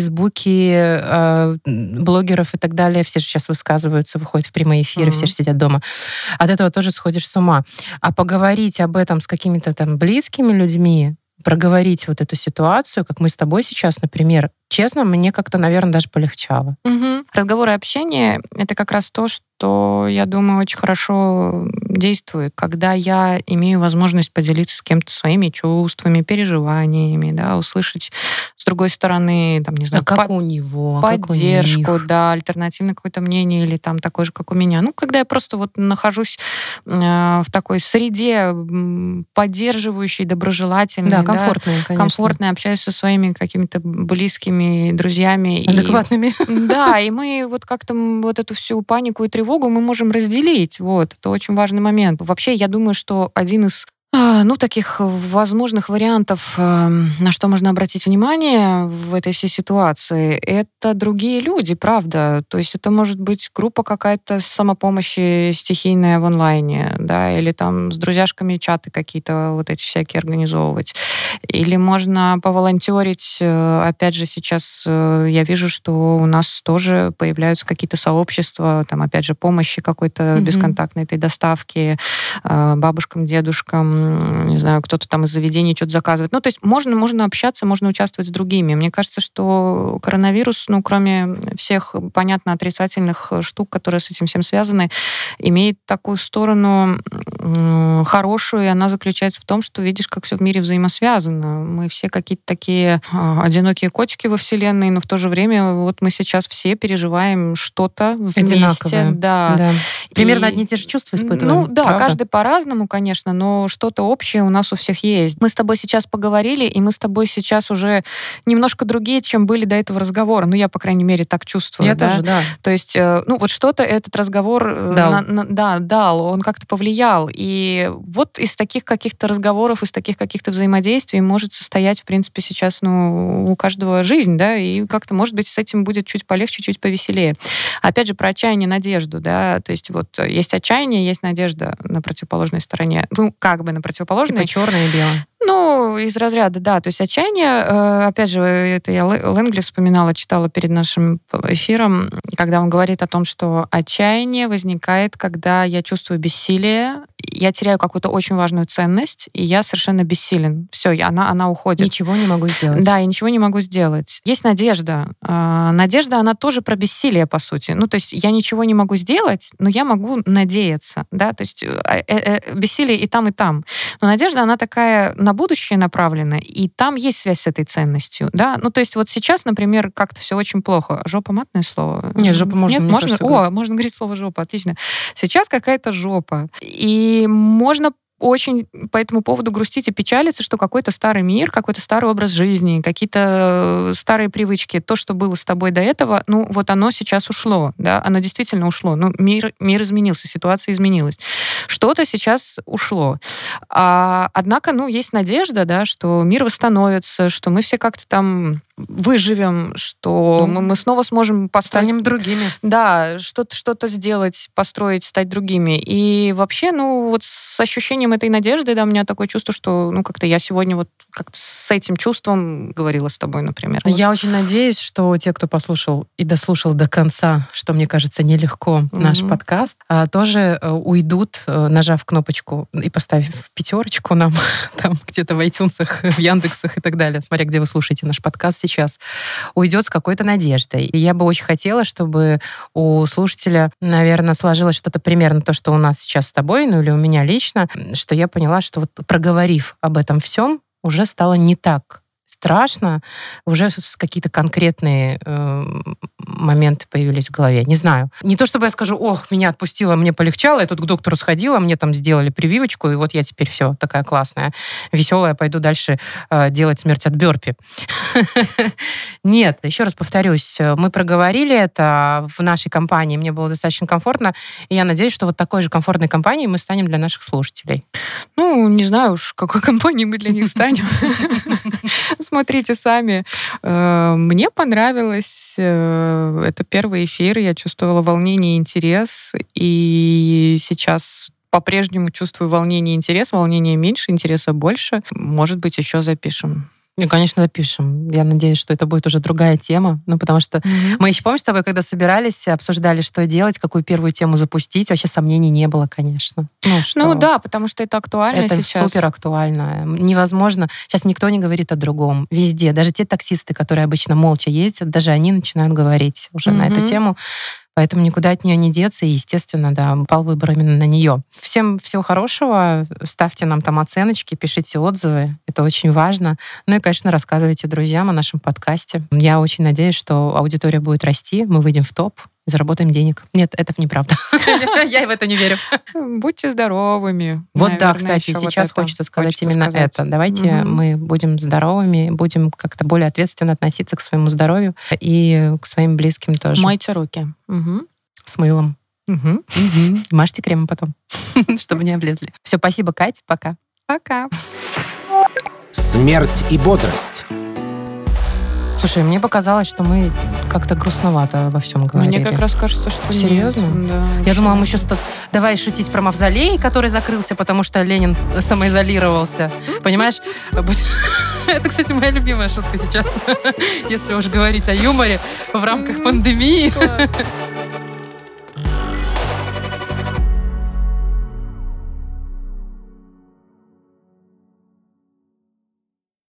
[SPEAKER 2] Фейсбуке, блогеров и так далее, все же сейчас высказываются, выходят в прямые эфиры, mm-hmm. все же сидят дома. От этого тоже сходишь с ума. А поговорить об этом с какими-то там близкими людьми, проговорить вот эту ситуацию, как мы с тобой сейчас, например, честно, мне как-то, наверное, даже полегчало.
[SPEAKER 1] Угу. Разговор и общение — это как раз то, что, я думаю, очень хорошо действует, когда я имею возможность поделиться с кем-то своими чувствами, переживаниями, да, услышать с другой стороны, там, не знаю,
[SPEAKER 2] а как по- у него,
[SPEAKER 1] поддержку,
[SPEAKER 2] как у них?
[SPEAKER 1] Да, альтернативное какое-то мнение или там такое же, как у меня. Ну, когда я просто вот нахожусь э, в такой среде поддерживающей, доброжелательной,
[SPEAKER 2] да, комфортной, да, конечно.
[SPEAKER 1] комфортной, общаюсь со своими какими-то близкими друзьями.
[SPEAKER 2] Адекватными.
[SPEAKER 1] И, да, и мы вот как-то вот эту всю панику и тревогу мы можем разделить. Вот, это очень важный момент. Вообще, я думаю, что один из ну, таких возможных вариантов, на что можно обратить внимание в этой всей ситуации, это другие люди, правда. То есть это может быть группа какая-то самопомощи стихийная в онлайне, да, или там с друзьяшками чаты какие-то вот эти всякие организовывать. Или можно поволонтерить. Опять же, сейчас я вижу, что у нас тоже появляются какие-то сообщества, там, опять же, помощи какой-то mm-hmm. бесконтактной этой доставки бабушкам, дедушкам, не знаю, кто-то там из заведений что-то заказывает. Ну, то есть можно, можно общаться, можно участвовать с другими. Мне кажется, что коронавирус, ну, кроме всех, понятно, отрицательных штук, которые с этим всем связаны, имеет такую сторону э, хорошую, и она заключается в том, что видишь, как все в мире взаимосвязано. Мы все какие-то такие э, одинокие котики во Вселенной, но в то же время вот мы сейчас все переживаем что-то вместе.
[SPEAKER 2] Одинаковое.
[SPEAKER 1] Да.
[SPEAKER 2] Да. Примерно
[SPEAKER 1] и,
[SPEAKER 2] одни и те же чувства испытываем.
[SPEAKER 1] Ну, да,
[SPEAKER 2] правда?
[SPEAKER 1] Каждый по-разному, конечно, но что-то общее у нас у всех есть. Мы с тобой сейчас поговорили, и мы с тобой сейчас уже немножко другие, чем были до этого разговора. Ну, я, по крайней мере, так чувствую.
[SPEAKER 2] Я
[SPEAKER 1] да?
[SPEAKER 2] тоже, да.
[SPEAKER 1] То есть, ну, вот что-то этот разговор
[SPEAKER 2] дал.
[SPEAKER 1] На, на, да, дал, он как-то повлиял. И вот из таких каких-то разговоров, из таких каких-то взаимодействий может состоять, в принципе, сейчас, ну, у каждого жизнь, да, и как-то, может быть, с этим будет чуть полегче, чуть повеселее. Опять же, про отчаяние, надежду, да, то есть вот есть отчаяние, есть надежда на противоположной стороне. Ну, как бы на противоположной.
[SPEAKER 2] Типа черное и белое.
[SPEAKER 1] Ну, из разряда, да. То есть отчаяние, опять же, это я Лэнгли вспоминала, читала перед нашим эфиром, когда он говорит о том, что отчаяние возникает, когда я чувствую бессилие, я теряю какую-то очень важную ценность, и я совершенно бессилен. Все, она, она уходит.
[SPEAKER 2] Ничего не могу сделать.
[SPEAKER 1] Да, я ничего не могу сделать. Есть надежда. Надежда, она тоже про бессилие, по сути. Ну, то есть я ничего не могу сделать, но я могу надеяться, да, то есть бессилие и там, и там. Но надежда, она такая на на будущее направлено, и там есть связь с этой ценностью, да. Ну, то есть вот сейчас, например, как-то все очень плохо. Жопа — матное слово?
[SPEAKER 2] Нет, жопа можно.
[SPEAKER 1] Нет, можно? Кажется, О, можно говорить слово жопа, отлично. Сейчас какая-то жопа. И можно очень по этому поводу грустить и печалиться, что какой-то старый мир, какой-то старый образ жизни, какие-то старые привычки, то, что было с тобой до этого, ну, вот оно сейчас ушло, да, оно действительно ушло. Ну, мир, мир изменился, ситуация изменилась. Что-то сейчас ушло. А, однако, ну, есть надежда, да, что мир восстановится, что мы все как-то там выживем, что ну, мы, мы снова сможем построить...
[SPEAKER 2] Станем другими.
[SPEAKER 1] Да, что-то, что-то сделать, построить, стать другими. И вообще, ну, вот с ощущением этой надежды, да, у меня такое чувство, что, ну, как-то я сегодня вот как-то с этим чувством говорила с тобой, например.
[SPEAKER 2] Я
[SPEAKER 1] вот.
[SPEAKER 2] очень надеюсь, что те, кто послушал и дослушал до конца, что, мне кажется, нелегко, mm-hmm. наш подкаст, тоже уйдут, нажав кнопочку и поставив пятерочку нам там где-то в iTunes, в Яндексах и так далее, смотря где вы слушаете наш подкаст сейчас, уйдет с какой-то надеждой. И я бы очень хотела, чтобы у слушателя, наверное, сложилось что-то примерно то, что у нас сейчас с тобой, ну или у меня лично, что я поняла, что вот проговорив об этом всем, уже стало не так страшно, уже какие-то конкретные э, моменты появились в голове. Не знаю. Не то, чтобы я скажу, ох, меня отпустило, мне полегчало, я тут к доктору сходила, мне там сделали прививочку, и вот я теперь все такая классная, веселая, пойду дальше э, делать смерть от бёрпи. Нет, еще раз повторюсь, мы проговорили это в нашей компании, мне было достаточно комфортно, и я надеюсь, что вот такой же комфортной компанией мы станем для наших слушателей.
[SPEAKER 1] Ну, не знаю уж, какой компанией мы для них станем. Смотрите сами. Мне понравилось. Это первый эфир. Я чувствовала волнение и интерес. И сейчас по-прежнему чувствую волнение и интерес. Волнения меньше, интереса больше. Может быть, еще запишем.
[SPEAKER 2] Ну, конечно, запишем. Я надеюсь, что это будет уже другая тема. Ну, потому что mm-hmm. мы еще, помнишь, с тобой, когда собирались, обсуждали, что делать, какую первую тему запустить, вообще сомнений не было, конечно.
[SPEAKER 1] Ну, что... ну да, потому что это актуально
[SPEAKER 2] это
[SPEAKER 1] сейчас.
[SPEAKER 2] Это супер актуально. Невозможно. Сейчас никто не говорит о другом. Везде. Даже те таксисты, которые обычно молча ездят, даже они начинают говорить уже mm-hmm. на эту тему. Поэтому никуда от нее не деться, и, естественно, да, пал выбор именно на нее. Всем всего хорошего, ставьте нам там оценочки, пишите отзывы, это очень важно. Ну и, конечно, рассказывайте друзьям о нашем подкасте. Я очень надеюсь, что аудитория будет расти, мы выйдем в топ и заработаем денег. Нет, это неправда. Я в это не верю.
[SPEAKER 1] Будьте здоровыми.
[SPEAKER 2] Вот да, кстати, сейчас хочется сказать именно это. Давайте мы будем здоровыми, будем как-то более ответственно относиться к своему здоровью и к своим близким тоже.
[SPEAKER 1] Мойте руки.
[SPEAKER 2] С мылом. Мажьте кремом потом, чтобы не облезли. Все, спасибо, Кать. Пока.
[SPEAKER 1] Пока.
[SPEAKER 3] Смерть и бодрость.
[SPEAKER 2] Слушай, мне показалось, что мы как-то грустновато обо всем говорили.
[SPEAKER 1] Мне как раз кажется, что
[SPEAKER 2] серьезно?
[SPEAKER 1] Нет. Да,
[SPEAKER 2] я думала, мы сейчас тут давай шутить про мавзолей, который закрылся, потому что Ленин самоизолировался. Понимаешь? Это, кстати, моя любимая шутка сейчас, если уж говорить о юморе в рамках пандемии.